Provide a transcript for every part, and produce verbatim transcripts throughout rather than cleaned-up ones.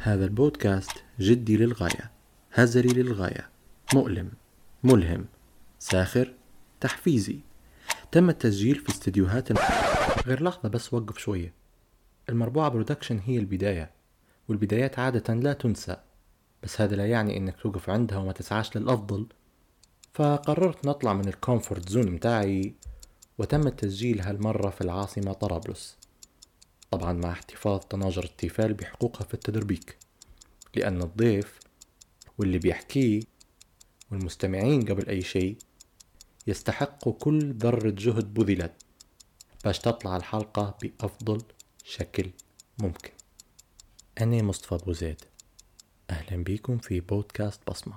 هذا البودكاست جدي للغاية، هزلي للغاية، مؤلم، ملهم، ساخر، تحفيزي. تم التسجيل في استديوهات غير لحظة بس وقف شوية. المربوعة برودكشن هي البداية، والبدايات عادة لا تنسى، بس هذا لا يعني انك توقف عندها وما تسعاش للأفضل. فقررت نطلع من الكومفورت زون متاعي، وتم التسجيل هالمرة في العاصمة طرابلس، طبعا مع احتفاظ طناجر التيفال بحقوقها في التدربيك، لأن الضيف واللي بيحكيه والمستمعين قبل أي شيء يستحقوا كل ذرة جهد بذلت باش تطلع الحلقة بأفضل شكل ممكن. أنا مصطفى أبو زيد، أهلا بيكم في بودكاست بصمة.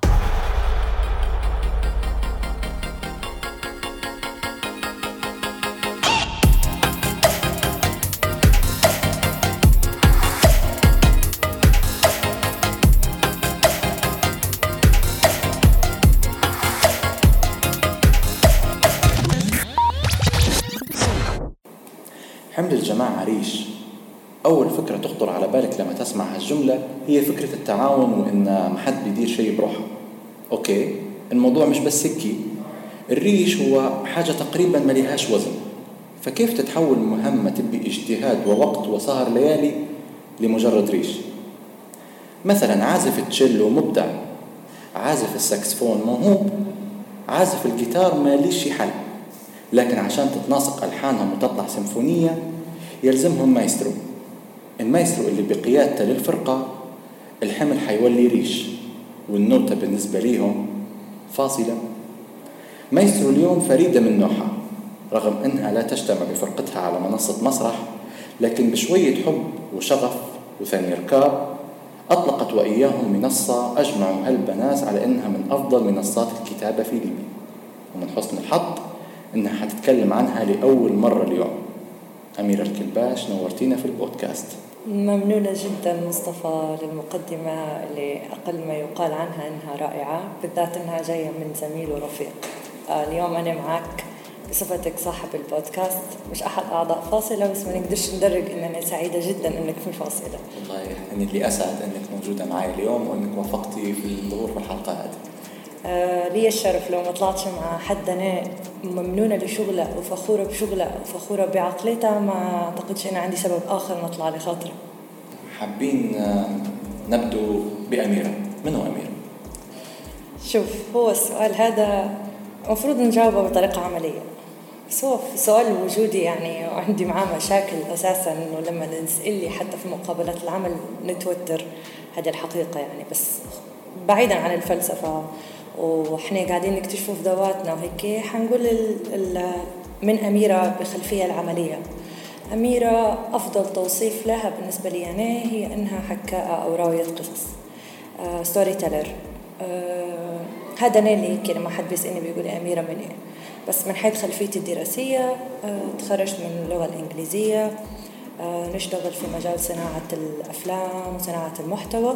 حمل الجماعة عريش. أول فكرة تخطر على بالك لما تسمع هالجملة هي فكرة التعاون، وإن محد بيدير شيء بروحه. أوكي، الموضوع مش بس هيك. الريش هو حاجة تقريبا ما لهاش وزن، فكيف تتحول مهمة تبي اجتهاد ووقت وسهر ليالي لمجرد ريش؟ مثلا عازف التشيلو مبدع، عازف الساكسفون موهوب، عازف الجيتار ما ليش حل، لكن عشان تتناسق ألحانهم وتطلع سيمفونية يلزمهم مايسترو. المايسترو اللي بقيادته للفرقة الحمل حيولي ريش، والنوتة بالنسبة ليهم فاصلة. مايسترو اليوم فريدة من نوعها، رغم أنها لا تجتمع بفرقتها على منصة مسرح، لكن بشوية حب وشغف وثاني ركاب أطلقت وإياهم منصة أجمعوا هالبنات على أنها من أفضل منصات الكتابة في ليبيا، ومن حسن الحظ إنها حتتكلم عنها لأول مرة اليوم. أميرة الكلباش، نورتينا في البودكاست. ممنونة جدا مصطفى للمقدمة اللي أقل ما يقال عنها إنها رائعة، بالذات إنها جاية من زميل ورفيق. اليوم أنا معك بصفتك صاحب البودكاست، مش أحد أعضاء فاصلة، بس ما نقدرش ندرج إن أنا سعيدة جدا إنك في فاصلة. والله أنا اللي أسعد إنك موجودة معي اليوم، وإنك وافقتي في الظهور في الحلقة هذه. آه لي الشرف لو ما طلعتش مع حد أنا ممنونة لشغله وفخورة بشغله وفخورة بعقلته، ما أعتقدش أنا عندي سبب آخر نطلع لخاطره. حابين نبدو بأميرة. من هو أميرة؟ شوف، هو السؤال هذا مفروض نجاوبه بطريقة عملية، بس هو في سؤال وجودي يعني وعندي معاه مشاكل أساساً، إنه لما نسأل لي حتى في مقابلات العمل نتوتر. هذه الحقيقة يعني، بس بعيداً عن الفلسفة وإحنا قاعدين نكتشفوا في ذواتنا وهيك، حنقول ال ال من أميرة بخلفية العملية. أميرة أفضل توصيف لها بالنسبة لي أنا هي أنها حكاءة أو راوية قصص، آه ستوري تيلر. آه هذا أنا اللي كده ما حد بيسألني بيقول أميرة من إيه، بس من حيث خلفيتي الدراسية آه تخرجت من اللغة الإنجليزية، آه نشتغل في مجال صناعة الأفلام وصناعة المحتوى،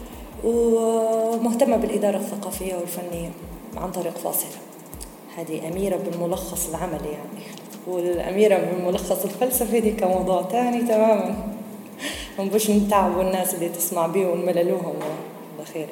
ومهتمة بالإدارة الثقافية والفنية عن طريق فاصلة. هذه أميرة بالملخص العملي يعني، والأميرة بالملخص الفلسفي دي كموضوع تاني تماما، ونبش نتعبوا الناس اللي تسمع بيه ونمللوهم بخير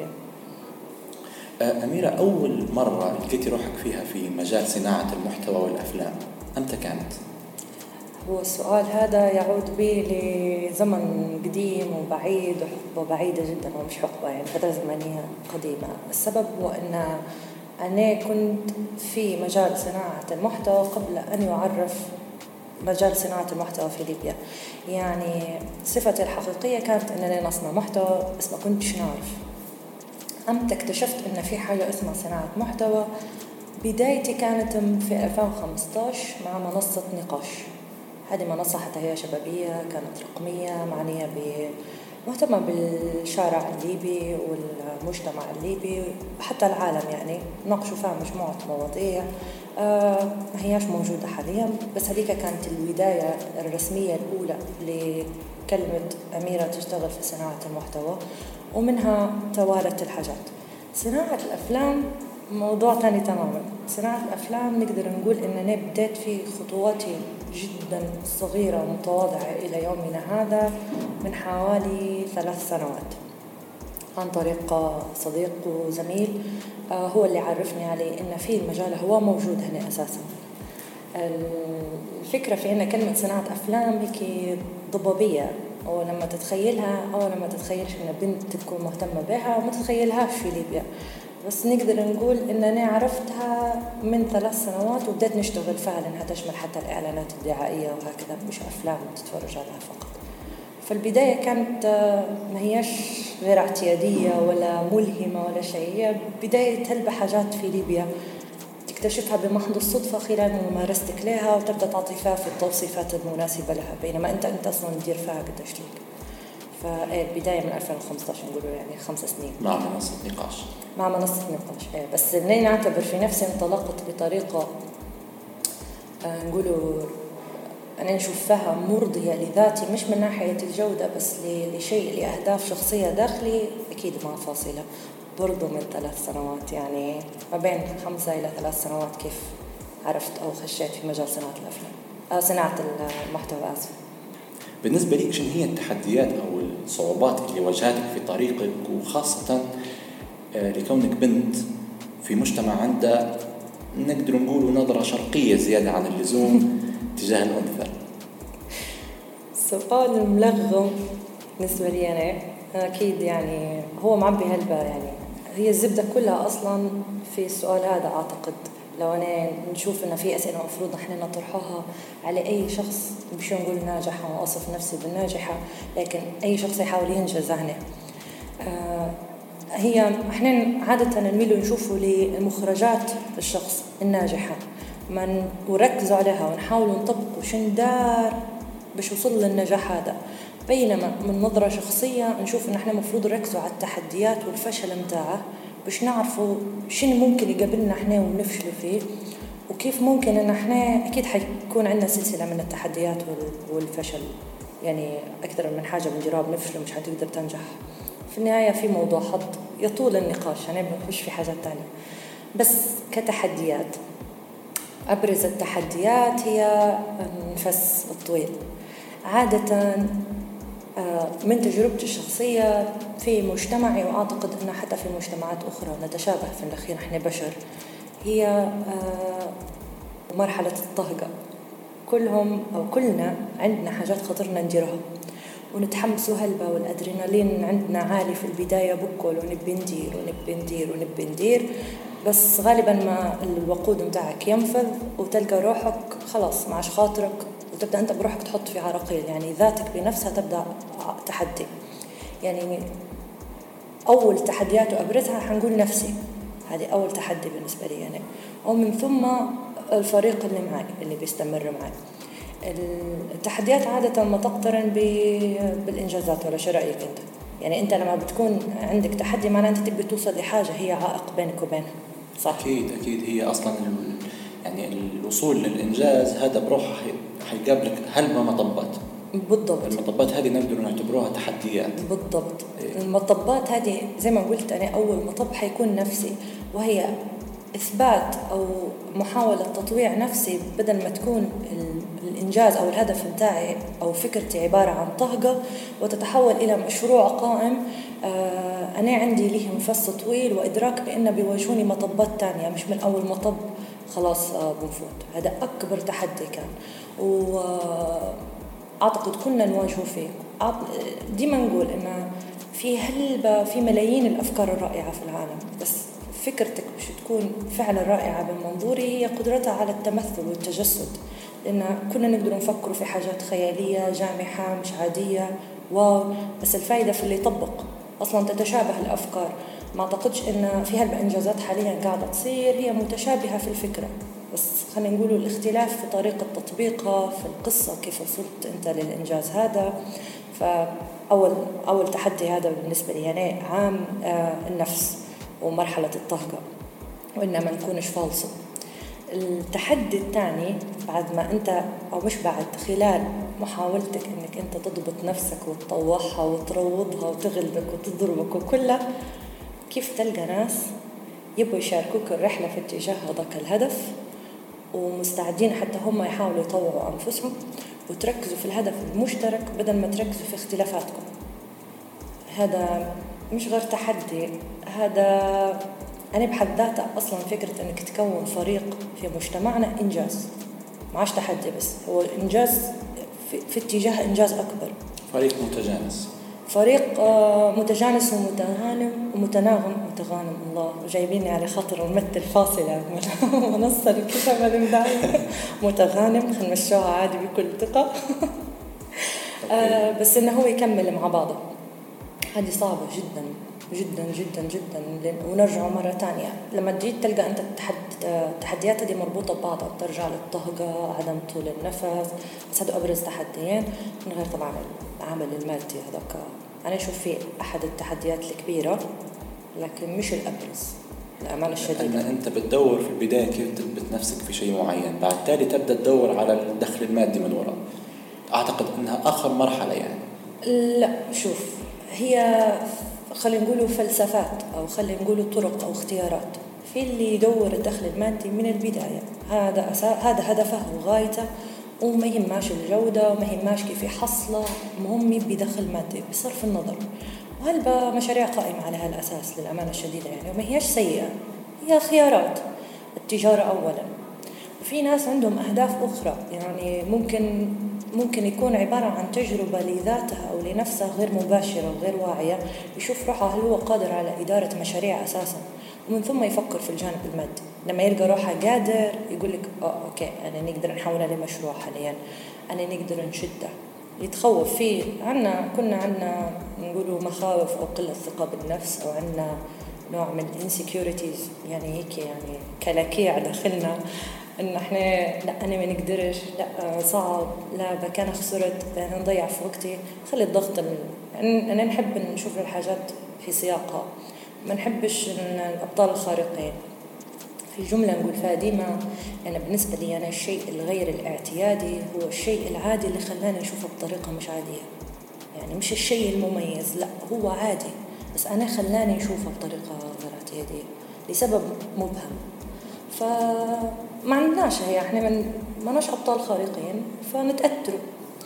يعني. أميرة، أول مرة لقيتي روحك فيها في مجال صناعة المحتوى والأفلام أمتى كانت؟ هو السؤال هذا يعود به لزمن قديم وبعيد وحقبة بعيدة جدا، ومش حقبة يعني فترة زمنية قديمة. السبب هو أن أنا كنت في مجال صناعة المحتوى قبل أن يعرف مجال صناعة المحتوى في ليبيا. يعني صفتي الحقيقية كانت أنني نصنع محتوى، بس ما كنتش نعرف. أمتى اكتشفت أن في حاجة اسمها صناعة محتوى؟ بدايتي كانت في ألفين وخمسة عشر مع منصة نقاش. هذه منصة حتى هي شبابية، كانت رقمية، معنية مهتمة بالشارع الليبي والمجتمع الليبي وحتى العالم، يعني ناقشوا فيها مجموعة مواضيع آه ما هياش موجودة حاليا، بس هذيك كانت البداية الرسمية الأولى لكلمة أميرة تشتغل في صناعة المحتوى، ومنها توالت الحاجات. صناعة الأفلام موضوع تاني تماما. صناعة الأفلام نقدر نقول إننا بدأت في خطواتي جدا صغيرة ومتواضعة إلى يومنا هذا من حوالي ثلاث سنوات. عن طريق صديق وزميل هو اللي عرفني عليه إن في المجال هو موجود هنا أساساً. الفكرة في أن كلمة صناعة أفلام هيك ضبابية، أو لما تتخيلها أو لما تتخيلش إن بنت تكون مهتمة بها وما تتخيلهاش في ليبيا. بس نقدر نقول إن أنا عرفتها من ثلاث سنوات وبدأت نشتغل فعلا، هتشمل حتى الإعلانات الدعائية وهكذا، مش أفلام تتفرج عليها فقط. فالبداية كانت ما هيش غير اعتيادية ولا ملهمة ولا شيء، هي بداية هلبة حاجات في ليبيا تكتشفها بمحض الصدفة خلال ممارستك لها وتبدأ تعطي فيها في التوصيفات المناسبة لها، بينما أنت أنت أصلاً تدير فيها قديش ليك. فالبداية من ألفين وخمسة عشر نقوله يعني خمس سنين مع منصة نقاش مع منصة نقاش إيه. بس إني نعتبر في نفسي انطلقت بطريقة آه نقوله أنا نشوف فيها مرضية لذاتي، مش من ناحية الجودة بس لشيء لأهداف شخصية داخلي، أكيد مع فاصلة برضو من ثلاث سنوات، يعني ما بين خمسة إلى ثلاث سنوات كيف عرفت أو خشيت في مجال صناعة الأفلام أو صناعة المحتوى. آسف. بالنسبة لك شنو هي التحديات أو الصعوبات اللي واجهتك في طريقك، وخاصة لكونك بنت في مجتمع عنده نقدر نقول نظرة شرقية زيادة عن اللزوم تجاه الأنثى؟ سؤال ملغم بالنسبة لي أنا، أكيد يعني هو معبي هلبة، يعني هي الزبدة كلها أصلا في السؤال هذا. أعتقد لو أنا نشوف إن في أسئلة مفروض نحن نطرحها على أي شخص، مش نقول ناجحة وأصف نفسي بالناجحة، لكن أي شخص يحاول ينجز هنا، آه هي إحنا عادة نميل نشوفه لمخرجات الشخص الناجحة، ما نركزوا عليها ونحاول نطبق وشن دار باش وصل للنجاح هذا، بينما من نظرة شخصية نشوف إن إحنا مفروض نركزوا على التحديات والفشل متاعه باش نعرفوا شنو ممكن يقابلنا إحنا ونفشل فيه، وكيف ممكن إن إحنا أكيد حيكون عندنا سلسلة من التحديات والفشل، يعني أكثر من حاجة بنجرب نفشل ومش حتقدر تنجح. في النهاية في موضوع حظ يطول النقاش، يعني بنخش في حاجات تانية. بس كتحديات، أبرز التحديات هي النفس الطويل. عادة من تجربتي الشخصية في مجتمعي، وأعتقد أن حتى في مجتمعات أخرى نتشابه في الأخير، نحن بشر، هي مرحلة الطهقة. كلهم أو كلنا عندنا حاجات خطرنا نديرها ونتحمسوا هلبة، والأدرينالين عندنا عالي في البداية بكل، ونبي ندير ونبي ندير ونبي ندير، بس غالبا ما الوقود متاعك ينفذ وتلقى روحك خلاص معش خاطرك، وتبدأ أنت بروحك تحط في عراقيل، يعني ذاتك بنفسها تبدأ تحدي. يعني أول تحديات وأبرزها حنقول نفسي، هذه أول تحدي بالنسبة لي يعني، ومن ثم الفريق اللي معي اللي بيستمر معي. التحديات عادة ما تقترن بالإنجازات، ولا شو رأيك أنت؟ يعني أنت لما بتكون عندك تحدي معناه أنت تبي توصل لحاجة هي عائق بينك وبينها، صح؟ أكيد أكيد. هي أصلا يعني الوصول للإنجاز هذا بروحه حيقابلك هلبة مطبات. بالضبط. المطبات هذه نقدر نعتبروها تحديات. بالضبط. إيه؟ المطبات هذه زي ما قلت أنا، أول مطب حيكون نفسي، وهي إثبات أو محاولة تطويع نفسي، بدل ما تكون الإنجاز أو الهدف متاعي أو فكرتي عبارة عن طهقة وتتحول إلى مشروع قائم. آه أنا عندي له نفس طويل وإدراك بأنه بيواجهوني مطبات تانية، مش من أول مطب خلاص آه بنفوت. هذا أكبر تحدي كان، وأعتقد كنا نواجهه فيه. ديما نقول إنه في هلبة في ملايين الأفكار الرائعة في العالم، بس فكرتك مش تكون فعلا رائعة بمنظوري هي قدرتها على التمثل والتجسد، لأن كنا نقدر نفكر في حاجات خيالية جامحة مش عادية واو، بس الفائدة في اللي يطبق. أصلا تتشابه الأفكار، ما أعتقدش إن في هالإنجازات حاليا قاعدة تصير هي متشابهة في الفكرة، بس خلينا نقوله الاختلاف في طريقة تطبيقها في القصة، كيف وصلت أنت للإنجاز هذا. فأول أول تحدي هذا بالنسبة لي يعني عام آه النفس ومرحلة الطهقة، وإنما ما نكونش فالصة. التحدي الثاني بعد ما أنت أو مش بعد، خلال محاولتك إنك أنت تضبط نفسك وتطوعها وتروضها وتغلبك وتضربك وكلها، كيف تلقى ناس يبقوا يشاركوك الرحلة في اتجاه هذاك الهدف، ومستعدين حتى هم يحاولوا يطوعوا أنفسهم وتركزوا في الهدف المشترك بدل ما تركزوا في اختلافاتكم. هذا مش غير تحدي. هذا أنا بحد ذاته أصلا فكرة أنك تكون فريق في مجتمعنا إنجاز، معاش تحدي، بس هو إنجاز في, في اتجاه إنجاز أكبر. فريق متجانس، فريق متجانس ومتغانم ومتناغم متغانم. الله جايبيني على خاطر الممثل فاصلة منصة الكتابة المدعية متغانم، خلينا نمشوها عادي بكل ثقة. آه بس إنه هو يكمل مع بعضه، هذه صعبة جدا جدا جدا جدا. ونرجع مرة تانية لما تجي تلقى أنت التحديات هذه مربوطة ببعضها، ترجع للطهقة، عدم طول النفس، بس هذا أبرز تحديين. من غير طبعا العمل المادي، هذاك أنا أشوف فيه أحد التحديات الكبيرة لكن مش الأبرز الأمانة الشديدة. أن أنت بتدور في البداية كيف تثبت نفسك في شيء معين، بعد تالي تبدأ تدور على الدخل المادي من وراء. أعتقد أنها آخر مرحلة يعني. لا شوف، هي خلينا نقوله فلسفات أو خلينا نقوله طرق أو اختيارات. في اللي يدور الدخل المادي من البداية، هذا أساس، هذا هدفه وغايته، وما يهماش الجودة وما يهماش كيف يحصله، مهم يبي دخل مادي بصرف النظر. وهلبا مشاريع قائمة على هالأساس للأمانة الشديدة يعني، وما هيش سيئة، هي خيارات. التجارة أولا، وفي ناس عندهم أهداف أخرى يعني ممكن ممكن يكون عبارة عن تجربة لذاتها أو لنفسها غير مباشرة وغير واعية، يشوف روحه هل هو قادر على إدارة مشاريع أساسا، ومن ثم يفكر في الجانب المادي. لما يلقى روحه قادر يقول لك أوه أوكي أنا نقدر نحوله لمشروع حاليا، أنا نقدر نشده. يتخوف فيه، عنا كنا عنا نقولوا مخاوف أو قلة ثقة بالنفس، أو عنا نوع من الانسكيورتيز يعني هيك يعني كلاكيع داخلنا، إن إحنا لا أنا ما نقدرش، لا صعب، لا بكان خسرت، أنا نضيع في وقتي. خلي الضغط ال... يعني أنا نحب نشوف الحاجات في سياقها، ما نحبش إن الأبطال الخارقين. في جملة نقول فيها ديما أنا بالنسبة لي أنا الشيء الغير الاعتيادي هو الشيء العادي اللي خلاني أشوفه بطريقة مش عادية. يعني مش الشيء المميز، لا هو عادي بس أنا خلاني أشوفه بطريقة غير اعتيادية لسبب مبهم. فما عندناش هي احنا من ما ناش أبطال خارقين فنتأثروا.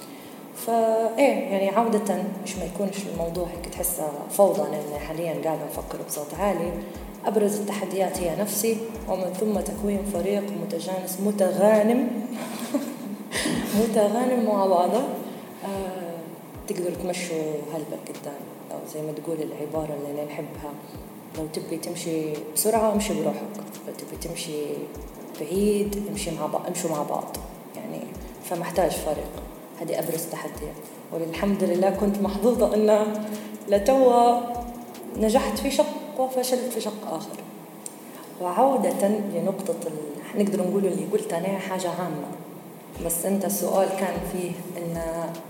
فإيه يعني عودة مش ما يكونش الموضوع هيك تحسها فوضى، لأن حاليا قاعدة نفكر بصوت عالي. أبرز التحديات هي نفسي، ومن ثم تكوين فريق متجانس متغانم متغانم مع بعضه. آه تقدر تمشوا هلبة قدام، أو زي ما تقول العبارة اللي نحبها، لو تبي تمشي بسرعة امشي بروحك، لو تبي تمشي بعيد امشي مع بعض، امشوا مع بعض يعني. فمحتاج فريق، هذه أبرز تحديات. والحمد لله كنت محظوظة أن لتوا نجحت في شق وفشلت في شق آخر. وعودة لنقطة ال... نقدر نقول اللي قلت أنا حاجة عامة، بس أنت السؤال كان فيه أن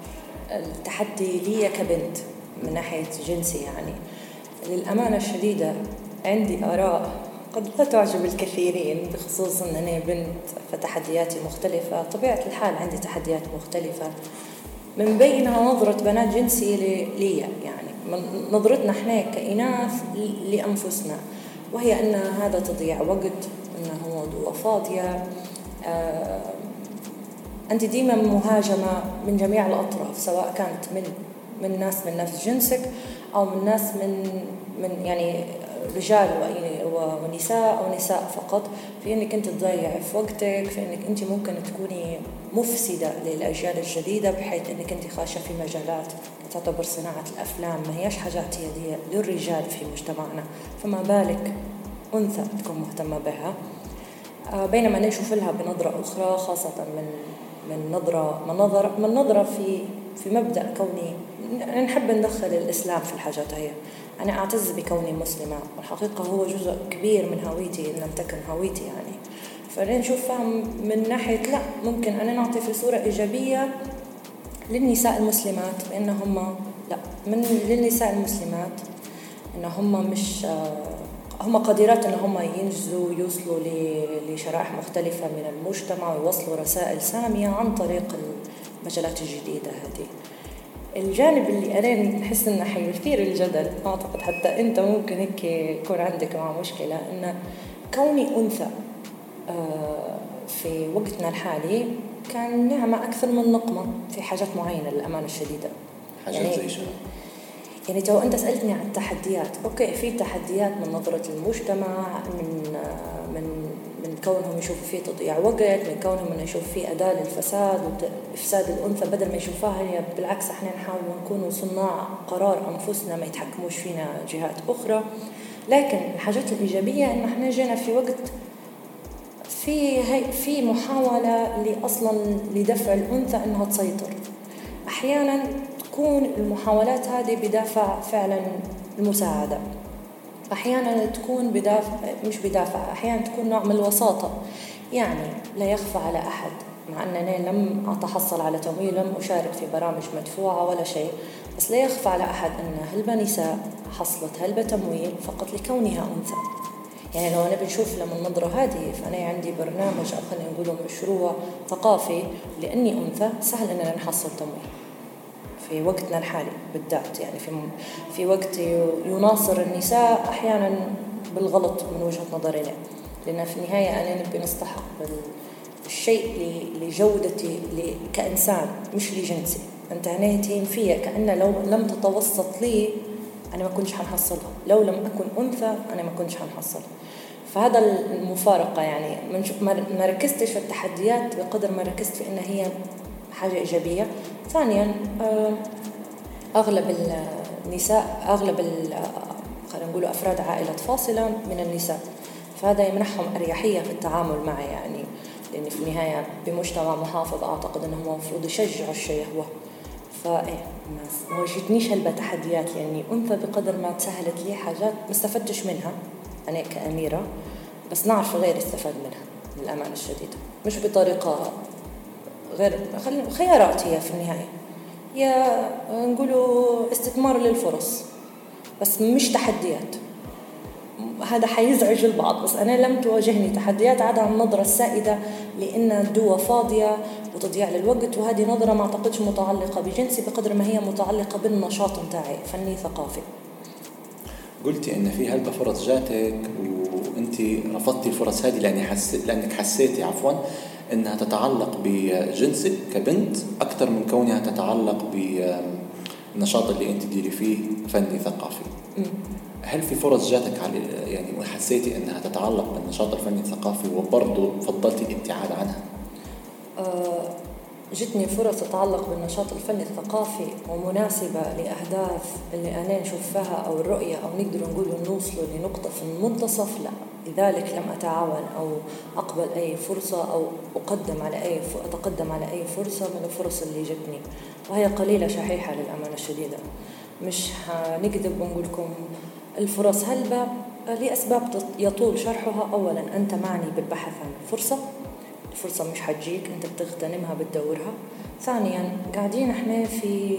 التحدي لي كبنت من ناحية جنسي يعني. للأمانة الشديدة عندي آراء قد لا تعجب الكثيرين، بخصوص أن أنا بنت فتحدياتي مختلفة. طبيعة الحال عندي تحديات مختلفة، من بينها نظرة بنات جنسي لي يعني، من نظرتنا احنا كإناث لأنفسنا، وهي أن هذا تضيع وقت، أنه موضوع فاضية. آه أنت ديما مهاجمة من جميع الأطراف، سواء كانت من من ناس من نفس جنسك أو من ناس من من يعني رجال ونساء أو نساء فقط، في أنك أنت تضيع في وقتك، في أنك أنت ممكن تكوني مفسدة للأجيال الجديدة، بحيث أنك أنت خاشة في مجالات تعتبر صناعة الأفلام ما هيش حاجات يدية للرجال في مجتمعنا، فما بالك أنثى تكون مهتمة بها. بينما نشوف لها بنظرة أخرى، خاصة من من نظرة من نظرة من نظرة في في مبدأ كوني نحب ندخل الإسلام في الحاجات هي. أنا أعتز بكوني مسلمة، والحقيقة هو جزء كبير من هويتي إن لم تكن هويتي يعني. فنشوفها من ناحية لا ممكن أنا نعطي في صورة إيجابية للنساء المسلمات، بأنهم لا من للنساء المسلمات إنهم مش هم قادرات إنهم ينجزوا ويوصلوا لشرائح مختلفة من المجتمع ويوصلوا رسائل سامية عن طريق المجالات الجديدة هذه. الجانب اللي أنا نحس إنه حيثير الجدل، أعتقد حتى أنت ممكن هيك يكون عندك مع مشكلة، إن كوني أنثى في وقتنا الحالي كان نعمة أكثر من نقمة في حاجات معينة للأمانة الشديدة. حاجات يعني زي شو؟ يعني تو أنت سألتني عن التحديات، أوكي في تحديات من نظرة المجتمع، من من من كونهم يشوفوا فيه تضييع وقت، من كونهم إنه يشوف فيه أداة للفساد وإفساد الأنثى، بدل ما يشوفوها هي بالعكس إحنا نحاول نكون صناع قرار أنفسنا ما يتحكموش فينا جهات أخرى. لكن الحاجات الإيجابية إن إحنا جينا في وقت في هي في محاولة لأصلا لدفع الأنثى إنها تسيطر. أحيانا تكون المحاولات هذه بدافع فعلا المساعدة، أحيانا تكون بدافع مش بدافع أحيانا تكون نوع من الوساطة. يعني لا يخفى على أحد، مع أنني لم أتحصل على تمويل، لم أشارك في برامج مدفوعة ولا شيء، بس لا يخفى على أحد أن هلبة نساء حصلت هلبة تمويل فقط لكونها أنثى. يعني لو أنا بنشوف لما النظرة هذه، فأنا عندي برنامج أو خلينا نقوله مشروع ثقافي لأني أنثى، سهل أننا نحصل تمويل في وقتنا الحالي بالذات. يعني في في وقت يناصر النساء أحيانا بالغلط من وجهة نظري، لأن في النهاية أنا نبي نستحق الشيء لجودتي كإنسان مش لجنسي. أنت هنا تهين فيها كأن لو لم تتوسط لي أنا ما كنتش حنحصلها، لو لم أكن أنثى أنا ما كنتش حنحصلها. فهذا المفارقة. يعني ما ركزتش في التحديات بقدر ما ركزت في إن هي حاجة إيجابية. ثانيا أغلب النساء أغلب خلينا نقول أفراد عائلة فاصلة من النساء، فهذا يمنحهم أريحية في التعامل معي. يعني لأن في النهاية بمجتمع محافظ أعتقد أنهم المفروض يشجعوا الشيهوة. فإيه ما وجدنيش هلبة تحديات لأني أنثى، بقدر ما تسهلت لي حاجات ما استفدتش منها أنا كأميرة، بس نعرف غير استفاد منها للأمانة الشديدة، مش بطريقة غير خيارات. هي في النهاية هي نقولوا استثمار للفرص بس مش تحديات. هذا حيزعج البعض، بس أنا لم تواجهني تحديات عدا عن النظرة السائدة لأن الدوا فاضية وتضيع للوقت، وهذه نظرة ما أعتقدش متعلقة بجنسي بقدر ما هي متعلقة بالنشاط متاعي فني ثقافي. قلتي إن في هلبة فرص جاتك وأنت رفضتي الفرص هذه لأني حس... لأنك حسيتي عفوا إنها تتعلق بجنسك كبنت أكثر من كونها تتعلق بالنشاط اللي أنت ديري فيه فني ثقافي. م. هل في فرص جاتك على يعني حسيتي إنها تتعلق بالنشاط الفني الثقافي وبرضه فضلتي الابتعاد عنها؟ أه جتني فرص تتعلق بالنشاط الفني الثقافي ومناسبة لأهداف اللي أنا نشوف فيها أو الرؤية أو نقدر نقول نوصل لنقطة في المنتصف، لا لذلك لم أتعاون أو أقبل أي فرصة أو أقدم على أي أتقدم على أي فرصة من الفرص اللي جتني، وهي قليلة شحيحة للأمانة الشديدة. مش هنكذب ونقول لكم الفرص هلبة لأسباب يطول شرحها. أولا أنت معني بالبحث عن فرصة، الفرصة مش حتجيك، أنت بتغتنمها بتدورها. ثانيا قاعدين احنا في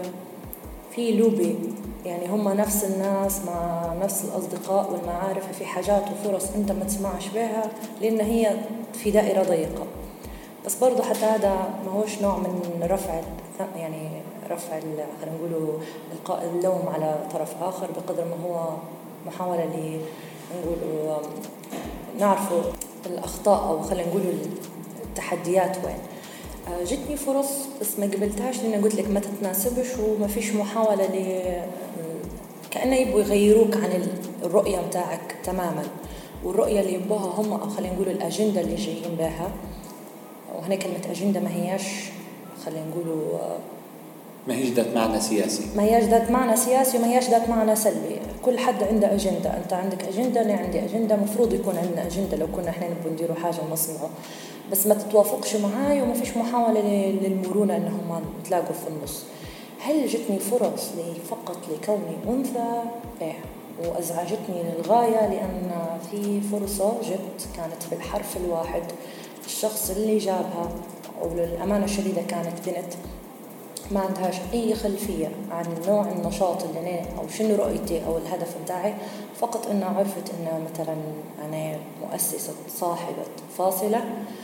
في لوبي، يعني هم نفس الناس مع نفس الأصدقاء والمعارف، في حاجات وفرص أنت ما تسمعش بها لأن هي في دائرة ضيقة. بس برضو حتى هذا ما هوش نوع من رفع يعني رفع خلينا نقوله إلقاء اللوم على طرف آخر، بقدر ما هو محاولة ل نقوله نعرفوا الأخطاء أو خلينا نقوله التحديات وين. جتني فرص بس ما قبلتهاش لأن قلت لك ما تتناسبش وما فيش محاولة ل كأنه يبغوا يغيروك عن الرؤية متاعك تماما، والرؤية اللي يبغوها هم أو خلينا نقوله الأجندة اللي جايين بها. وهنا كلمة أجندة ما هياش خلينا نقوله ما هيش ذات معنى سياسي، ما هياش ذات معنى سياسي وما هياش ذات معنى سلبي. كل حد عنده أجندة، أنت عندك أجندة أنا عندي أجندة، مفروض يكون عندنا أجندة لو كنا إحنا نبغى نديروا حاجة نصنعه، بس ما تتوافقش معاي وما فيش محاولة للمرونة إنهم يتلاقوا في النص. هل جتني فرص لي فقط لكوني أنثى؟ إيه، وأزعجتني للغاية لأن في فرصة جت كانت في الحرف الواحد، الشخص اللي جابها وللأمانة الشديدة كانت بنت ما عندهاش أي خلفية عن نوع النشاط اللي أنا أو شنو رؤيتي أو الهدف متاعي، فقط إنها عرفت إن مثلا أنا مؤسسة صاحبة فاصلة،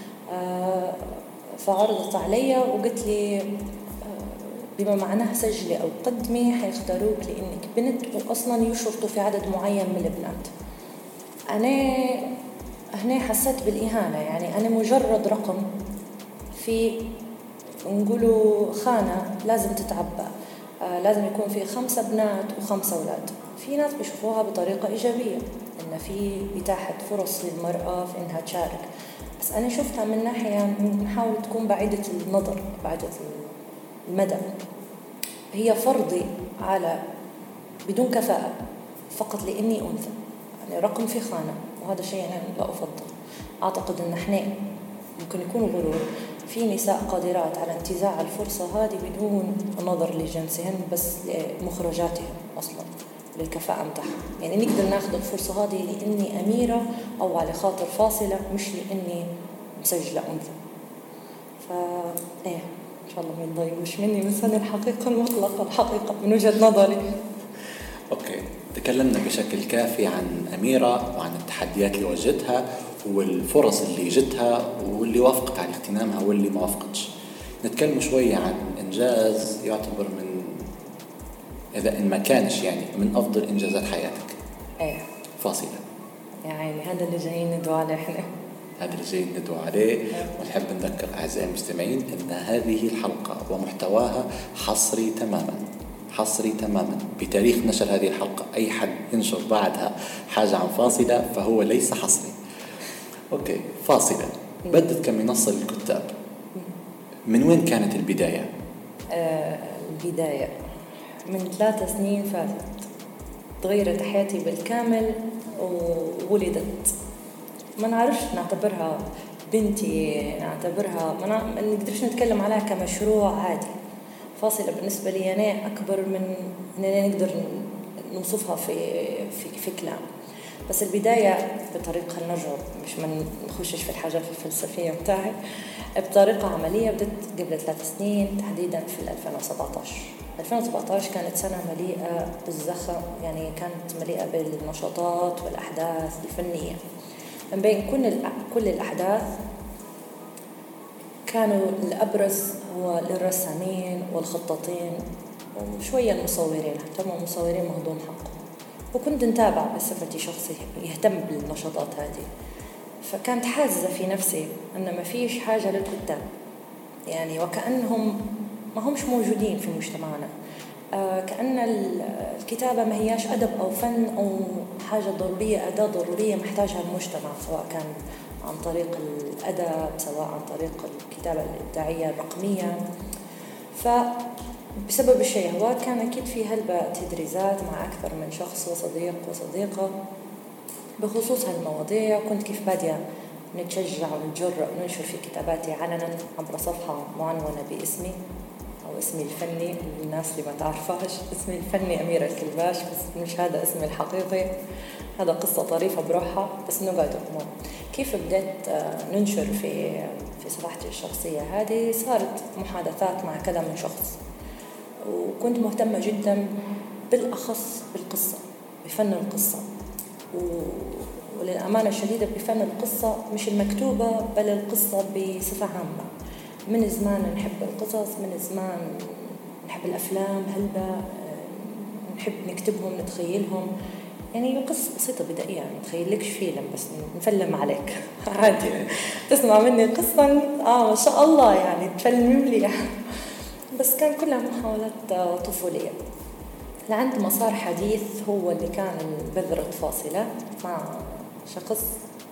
فعرضت علي وقلت لي بما معناه سجلي أو قدمي حيختاروك لأنك بنت وأصلا يشرطوا في عدد معين من البنات. أنا هنا حسيت بالإهانة، يعني أنا مجرد رقم في نقولوا خانة لازم تتعبى. آه لازم يكون في خمسة بنات وخمسة أولاد. في ناس بيشوفوها بطريقة إيجابية، إن في إتاحة فرص للمرأة في إنها تشارك، بس أنا شفتها من ناحية نحاول تكون بعيدة النظر، بعيدة المدى. هي فرضي على بدون كفاءة فقط لإني أنثى، يعني رقم في خانة، وهذا شيء أنا لا أفضل. أعتقد أن إحنا ممكن يكون غرور في نساء قادرات على انتزاع الفرصة هذه بدون النظر لجنسهن، بس لمخرجاتهن أصلا، للكفاءة متاعها. يعني نقدر ناخذ الفرصة هذه لإني أميرة أو على خاطر فاصلة، مش لإني مسجلة أنثى. فإيه إن شاء الله ما يتضايقوش مني، بس أنا الحقيقة المطلقة، الحقيقة من وجهة نظري. أوكي، تكلمنا بشكل كافي عن أميرة وعن التحديات اللي واجهتها والفرص اللي جتها واللي وافقت على اغتنامها واللي ما وافقتش. نتكلم شوية عن إنجاز يعتبر من، إذا إن ما كانش يعني من أفضل إنجازات حياتك. إيه فاصلة. يعني هذا اللي جايين ندعو عليه إحنا. هذا اللي جايين ندعو عليه. ونحب نذكر أعزائي المستمعين أن هذه الحلقة ومحتواها حصري تماماً، حصري تماماً بتاريخ نشر هذه الحلقة. أي حد ينشر بعدها حاجة عن فاصلة فهو ليس حصري. أوكي، فاصلة بدت كمنصة للكتاب، من وين كانت البداية؟ آه البداية من ثلاث سنين فاتت، تغيرت حياتي بالكامل وولدت. ما نعرفش نعتبرها بنتي، نعتبرها ما نقدرش نتكلم عليها كمشروع عادي. فاصلة بالنسبة لي أنا أكبر من أننا نقدر نوصفها في في في كلام. بس البداية بطريقة نجرب، مش ما نخشش في الحاجات الفلسفية بتاعي، بطريقة عملية. بدأت قبل ثلاث سنين تحديدا في ألفين وسبعة عشر. ألفين وسبعة عشر كانت سنة مليئة بالزخم، يعني كانت مليئة بالنشاطات والأحداث الفنية. من بين كل كل الأحداث كانوا الأبرز هو للرسامين والخطاطين وشوية المصورين، حتى هم مصورين مهضوم حقهم. وكنت نتابع بصفتي شخصي يهتم بالنشاطات هذه، فكانت حازة في نفسي أن ما فيش حاجة للكتاب، يعني وكأنهم ما همش موجودين في مجتمعنا. آه كأن الكتابة ما هياش أدب أو فن أو حاجة ضرورية، أداة ضرورية محتاجها المجتمع، سواء كان عن طريق الأدب، سواء عن طريق الكتابة الإبداعية الرقمية. فبسبب الشيء هو كان أكيد في هلبة تدريسات مع أكثر من شخص وصديق وصديقة بخصوص هالمواضيع. كنت كيف بادية نتشجع ونتجرأ وننشر في كتاباتي علنا عبر صفحة معنونة باسمي أو اسمي الفني. الناس اللي ما تعرفهاش، اسمي الفني أميرة الكلباش، بس مش هذا اسمي الحقيقي، هذا قصة طريفة بروحها، بس نقعد نقول كيف بدأت ننشر في في صفحتي الشخصية هذه. صارت محادثات مع كذا من شخص، وكنت مهتمة جدا بالأخص بالقصة، بفن القصة، وللأمانة الشديدة بفن القصة مش المكتوبة بل القصة بصفة عامة. من زمان نحب القصص، من زمان نحب الأفلام هلبة، نحب نكتبهم نتخيلهم. يعني قصة بسيطة بدائية، يعني تخيلكش فيلم بس نفلم عليك عادي، تسمع مني قصة آه ما شاء الله يعني تفلم لي. بس كان كلها محاولات طفولية. لعند مسار حديث هو اللي كان بذرة فاصلة مع شخص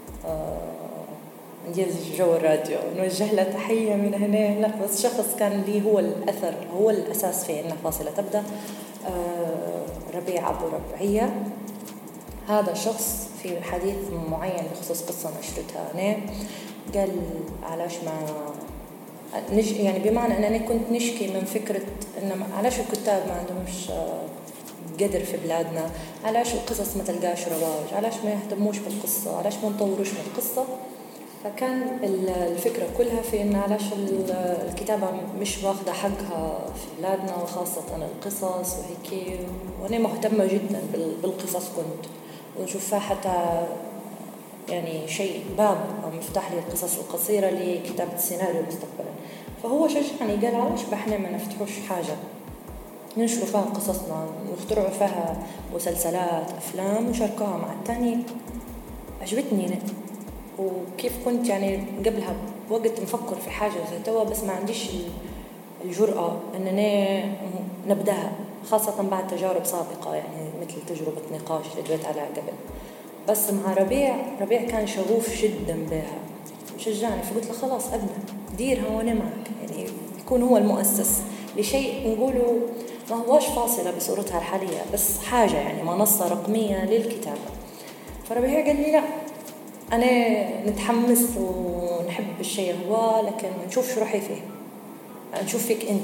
ندير جو الراديو، نوجه له تحية من هنا. لا بس شخص كان لي هو الأثر، هو الأساس في إن فاصلة تبدأ. ربيع أبو ربيعية، هذا شخص في حديث معين بخصوص قصة نشرتها أنا، قال علاش ما نش يعني بمعنى أن أنا كنت نشكي من فكرة إن علاش الكتاب ما عندهمش قدر في بلادنا، علاش القصص ما تلقاش رواج، علاش ما يهتموش بالقصة، علاش ما نطوروش من القصة. فكان الفكرة كلها في إن علاش الكتابة مش واخدة حقها في بلادنا، وخاصة القصص وهيك. وأنا مهتمة جدا بالقصص، كنت ونشوفها حتى يعني شيء باب أو مفتاح لي القصص القصيرة لكتابة السيناريو مستقبلا. فهو شجعني قال علاش بحنا ما نفتحوش حاجة ننشروا فيها قصصنا، نخترعوا فيها مسلسلات أفلام ونشاركوها مع التاني. عجبتني أنا، وكيف كنت يعني قبلها بوقت نفكر في حاجة زي توا، بس ما عنديش الجرأة أننا نبدأها. خاصة بعد تجارب سابقة، يعني مثل تجربة نقاش اللي دويت عليها قبل. بس مع ربيع ربيع كان شغوف جدا بها، شجعني، فقلت له خلاص أبنى ديرها وأنا معك، يعني يكون هو المؤسس لشيء نقوله ما هواش فاصلة بصورتها الحالية، بس حاجة يعني منصة رقمية للكتابة. فربيع قال لي لا، أنا نتحمس ونحب الشيء هو، لكن نشوف شو رأيي فيه، نشوف فيك أنت.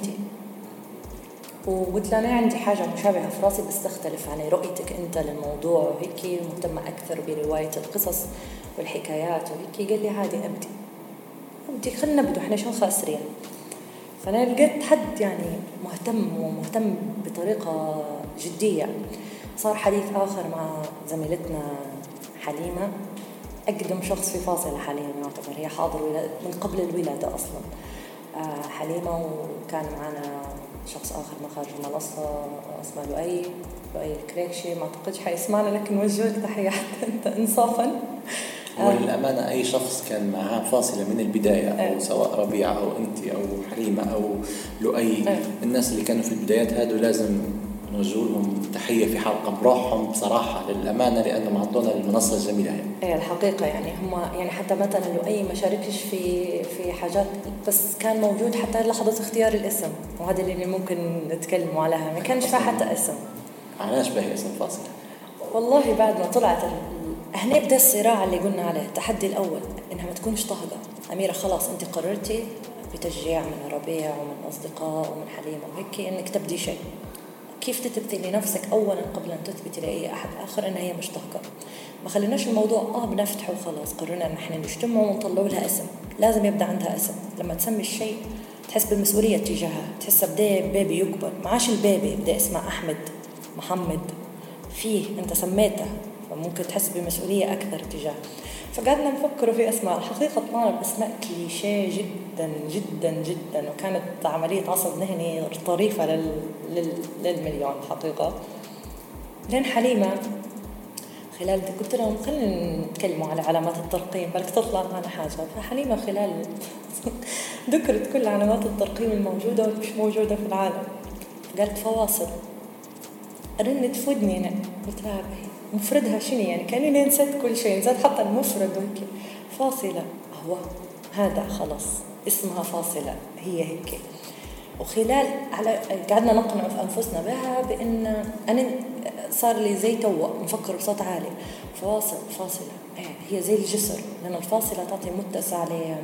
وقلت له أنا عندي حاجة مشابهة في راسي بس تختلف عن رؤيتك أنت للموضوع وهيك، مهتمة أكثر برواية القصص والحكايات وهيك. قال لي عادي أبدي أبدي خلنا نبدو، إحنا شو خاسرين. فأنا لقيت حد يعني مهتم ومهتم بطريقة جدية. صار حديث آخر مع زميلتنا حليمة، أقدم شخص في فاصلة حاليا يعتبر، هي حاضر من قبل الولادة أصلا. آه حليمة، وكان معنا شخص آخر من خارج المنصة اسمه لؤي لؤي الكريكشي، ما أعتقدش حيسمعنا لكن وجه لك تحية حتى أنت إنصافا. وللأمانة أي شخص كان معاه فاصلة من البداية أو أه. سواء ربيعة أو أنت أو حليمة أو لؤي، أه. الناس اللي كانوا في البدايات هادو لازم نوجه لهم تحية في حلقة بروحهم بصراحة للأمانة، لأنهم عطونا المنصة الجميلة هي. إيه الحقيقة يعني هم يعني حتى مثلا لؤي ما شاركش في في حاجات، بس كان موجود حتى لحظة اختيار الاسم، وهذا اللي ممكن نتكلم عليها، ما كانش فيها حتى اسم. علاش باهي اسم فاصلة؟ والله بعد ما طلعت هنا بدأ الصراع اللي قلنا عليه، التحدي الأول إنها ما تكونش طهقة. أميرة خلاص أنت قررتي بتشجيع من ربيع ومن أصدقاء ومن حليمة وهيك إنك تبدي شيء، كيف تثبتي لنفسك أولا قبل أن تثبتي لأي أحد آخر إن هي مش طهقة. ما خليناش الموضوع آه بنفتحه وخلاص، قررنا إن إحنا نجتمع ونطلع لها اسم، لازم يبدأ عندها اسم. لما تسمي الشيء تحس بالمسؤولية تجاهها، تحس بدأ بيبي يكبر، معاش البيبي بدأ اسمه أحمد محمد فيه أنت سميته، فممكن تحس بمسؤولية أكثر تجاه. فقعدنا نفكر في أسماء، الحقيقة طلعنا بأسماء كليشيه جدا جدا جدا، وكانت عملية عصب ذهني طريفة لل... لل... للمليون الحقيقة. لين حليمة خلال قلت لهم خلينا نتكلموا على علامات الترقيم بلك تطلع معنا حاجة. فحليمة خلال ذكرت كل علامات الترقيم الموجودة والمش موجودة في العالم، قالت فواصل. رنت فودني أنا، قلت لها مفردها شنو يعني، كأني نسيت كل شيء، نسيت حتى المفرد وهيك. فاصلة هو هذا خلاص اسمها فاصلة هي هيك. وخلال على قعدنا نقنع في أنفسنا بها بأن أنا صار لي زي توه نفكر بصوت عالي فواصل فاصلة هي زي الجسر، لأن الفاصلة تعطي متسع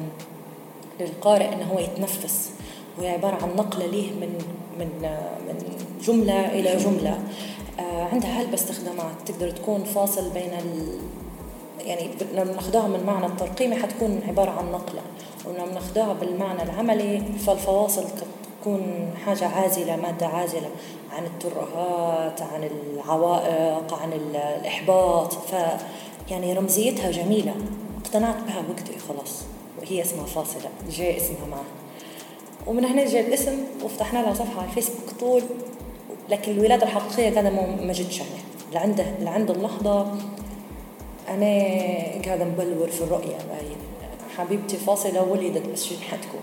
للقارئ أنه هو يتنفس، وهي عبارة عن نقلة ليه من من من جملة إلى جملة. آه عندها هلبة استخدامات، تقدر تكون فاصل بين ال... يعني لما ناخدها من معنى الترقيمي حتكون عبارة عن نقلة، ولما ناخدها بالمعنى العملي فالفواصل تكون حاجة عازلة، مادة عازلة عن الترهات، عن العوائق، عن الإحباط. ف يعني رمزيتها جميلة، اقتنعت بها وقتي خلاص، وهي اسمها فاصلة، جاء اسمها معها. ومن هنا جاء الاسم وفتحنا لها صفحة على الفيسبوك طول. لكن الولادة الحقيقية قاعدة ما جدش عليه لعنده لعند اللحظة. أنا قاعدة مبلور في الرؤية، حبيبتي فاصلة ولدت بس شو حتكون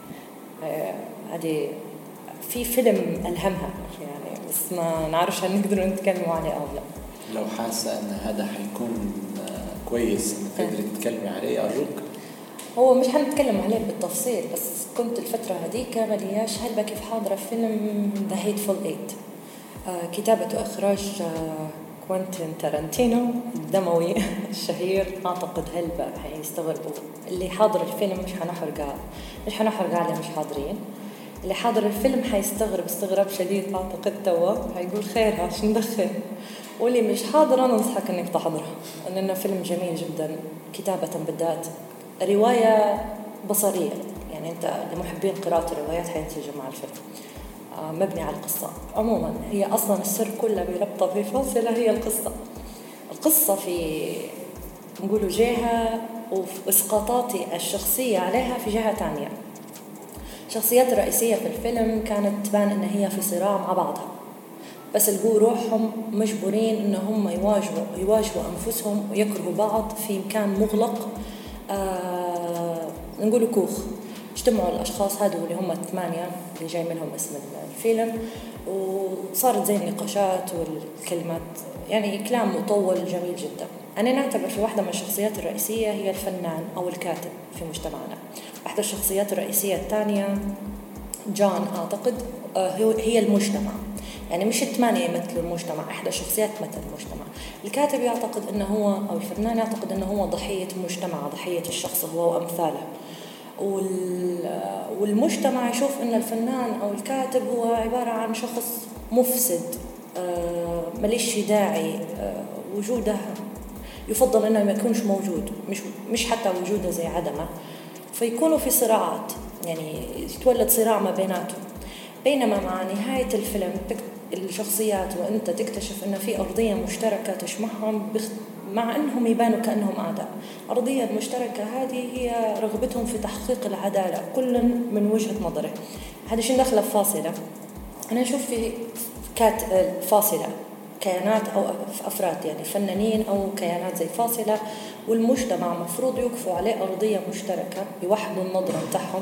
هذه. آه في فيلم ألهمها يعني، بس ما نعرفش هل نقدر نتكلم عليه أو لا. لو حاسة أن هذا حيكون كويس تقدري تتكلمي عليه أرجوك. هو مش حنتكلم عليه بالتفصيل، بس كنت الفترة هذيك غلياش هلبة كيف حاضرة فيلم The Hateful Eight، آه كتابة وإخراج آه كوينتين تارانتينو الدموي الشهير. أعتقد هلبة حيستغربوا اللي حاضر الفيلم، مش حنحرقه مش حنحرقه على مش حاضرين. اللي حاضر الفيلم حيستغرب استغراب شديد أعتقد توا، حيقول خيرها شو ندخل. واللي مش حاضر أنا أنصحك إنك تحضره، لأنه فيلم جميل جدا كتابة بالذات، رواية بصرية يعني، أنت لمحبين قراءة الروايات حينسجم مع الفيلم. آه مبني على القصة. عموما هي أصلا السر كله بربطة في فاصلة هي القصة. القصة في نقولوا جهة وإسقاطاتي الشخصية عليها في جهة تانية. الشخصيات الرئيسية في الفيلم كانت تبان إن هي في صراع مع بعضها، بس لقوا روحهم مجبورين إن هم يواجهوا يواجهوا أنفسهم ويكرهوا بعض في مكان مغلق، آه نقوله كوخ. اجتمعوا الأشخاص هذول اللي هم الثمانية اللي جاي منهم اسم الفيلم، وصارت زي النقاشات والكلمات، يعني كلام مطول جميل جدا. أنا نعتبر في واحدة من الشخصيات الرئيسية هي الفنان أو الكاتب في مجتمعنا. واحدة الشخصيات الرئيسية الثانية جون أعتقد هي المجتمع، يعني مش الثمانية يمثلوا المجتمع، إحدى الشخصيات مثل المجتمع. الكاتب يعتقد أنه هو أو الفنان يعتقد أنه هو ضحية المجتمع، ضحية الشخص هو وأمثاله، والمجتمع يشوف أن الفنان أو الكاتب هو عبارة عن شخص مفسد مليش داعي وجوده، يفضل أنه ما يكونش موجود، مش مش حتى وجوده زي عدمه، فيكونوا في صراعات، يعني يتولد صراع ما بيناتهم. بينما مع نهاية الفيلم الشخصيات وأنت تكتشف أن في أرضية مشتركة تجمعهم مع أنهم يبانوا كأنهم أعداء. الأرضية المشتركة هذه هي رغبتهم في تحقيق العدالة كل من وجهة نظره. هذا شيء دخل فاصلة، أنا أشوف في كات فاصلة كيانات أو أفراد، يعني فنانين أو كيانات زي فاصلة، والمجتمع مفروض يوقفوا عليه أرضية مشتركة يوحدوا النظرة بتاعهم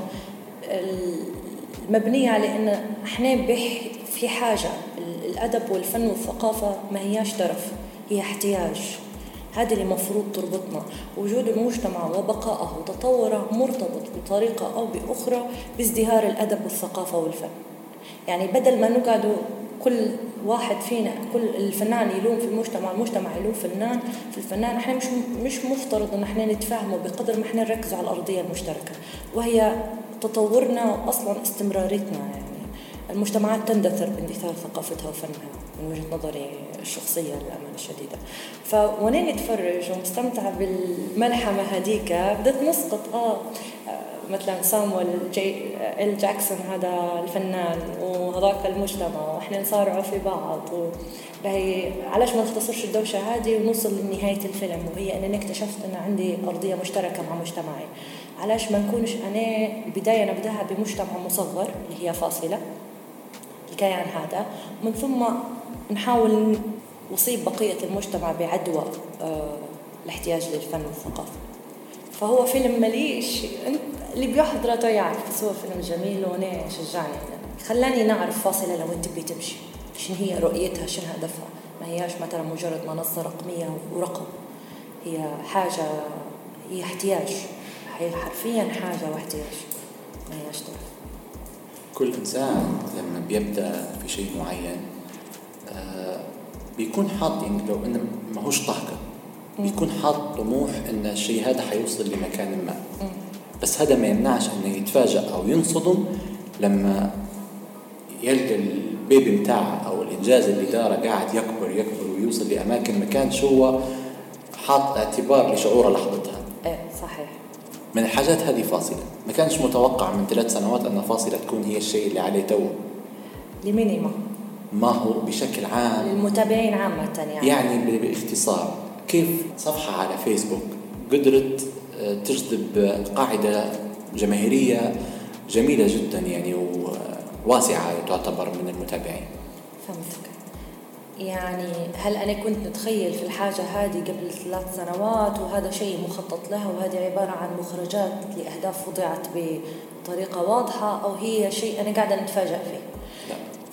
المبنية على أن إحنا في حاجة. الأدب والفن والثقافة ما هياش ترف، هي احتياج. هذا اللي مفروض تربطنا. وجود المجتمع وبقائه وتطوره مرتبط بطريقة أو بأخرى بازدهار الأدب والثقافة والفن. يعني بدل ما نقعدوا كل واحد فينا كل الفنان يلوم في المجتمع، المجتمع يلوم فنان في الفنان، احنا مش مش مفترض ان احنا نتفاهموا بقدر ما احنا نركز على الأرضية المشتركة، وهي تطورنا واصلا استمراريتنا. يعني المجتمعات تندثر باندثار ثقافتها وفنها من وجهة نظري الشخصية للأمانة الشديدة. فوانا نتفرج ومستمتعة بالملحمة هديك بدأت نسقط آه مثلا سامويل جي إل جاكسون هذا الفنان وهذاك المجتمع وإحنا نصارعوا في بعض، وهي علاش ما نختصرش الدوشة هذه ونوصل لنهاية الفيلم، وهي أنني اكتشفت أن عندي أرضية مشتركة مع مجتمعي. علاش ما نكونش أنا بداية نبدأها بمجتمع مصغر اللي هي فاصلة الكيان هذا، ومن ثم نحاول نصيب بقية المجتمع بعدوى آه الاحتياج للفن والثقافة. فهو فيلم مليش اللي بيحضره يعرف، بس هو فيلم جميل وانا شجعني خلاني نعرف فاصلة لو انت بتمشي شنو هي رؤيتها، شنو هدفها. ما هياش مثلا مجرد منصة رقمية ورقم، هي حاجة، هي احتياج، هي حرفيا حاجة واحتياج، ما هياش طرف. كل إنسان لما بيبدأ في شيء معين آه بيكون حاط، يعني لو إنه ما هوش طاقة بيكون حاط طموح إن الشيء هذا حيوصل لمكان ما، بس هذا ما يمنعش إنه يتفاجأ أو ينصدم لما يلقى البيبي متاعه أو الإنجاز اللي داره قاعد يكبر يكبر ويوصل لأماكن ما كانش هو حاط اعتبار لشعوره لحظتها. إيه صحيح. من الحاجات هذه فاصلة، ما كانش متوقع من ثلاث سنوات أن فاصلة تكون هي الشيء اللي عليه تو. لمينيما ما هو بشكل عام للمتابعين عامة، يعني يعني باختصار كيف صفحة على فيسبوك قدرت تجذب قاعدة جماهيرية جميلة جدا يعني وواسعة تعتبر من المتابعين. فهمتك. يعني هل أنا كنت نتخيل في الحاجة هذه قبل ثلاث سنوات وهذا شيء مخطط له وهذه عبارة عن مخرجات لأهداف وضعت بطريقة واضحة، أو هي شيء أنا قاعدة نتفاجأ فيه؟ لا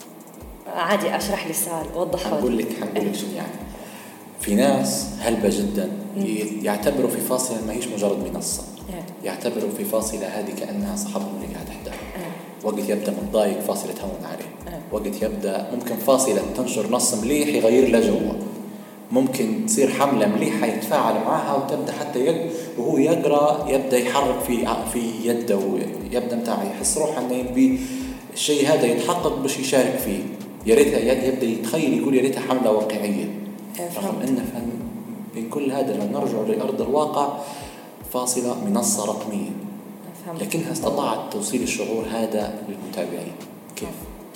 عادي، أشرح لي السؤال وضح. هقول لك هقول لك شو يعني. في ناس هلبة جدا يعتبروا في فاصلة ما هيش مجرد منصة، يعتبروا في فاصلة هذه كأنها صحابهم اللي قاعد يحضر. وقت يبدأ متضايق فاصلة هون عليه، وقت يبدأ ممكن فاصلة تنشر نص مليح يغير له جوه، ممكن تصير حملة مليحة يتفاعل معها وتبدأ حتى يق... وهو يقرأ يبدأ يحرك في في يده ويبدأ متاع يحس روحه إنه يبي الشيء هذا يتحقق باش يشارك فيه. يا ريتها يبدأ يتخيل يقول يا ريتها حملة واقعية. رغم إن فن بين كل هذا لما نرجع لأرض الواقع فاصلة منصة رقمية، لكنها استطاعت توصيل الشعور هذا للمتابعين. كيف؟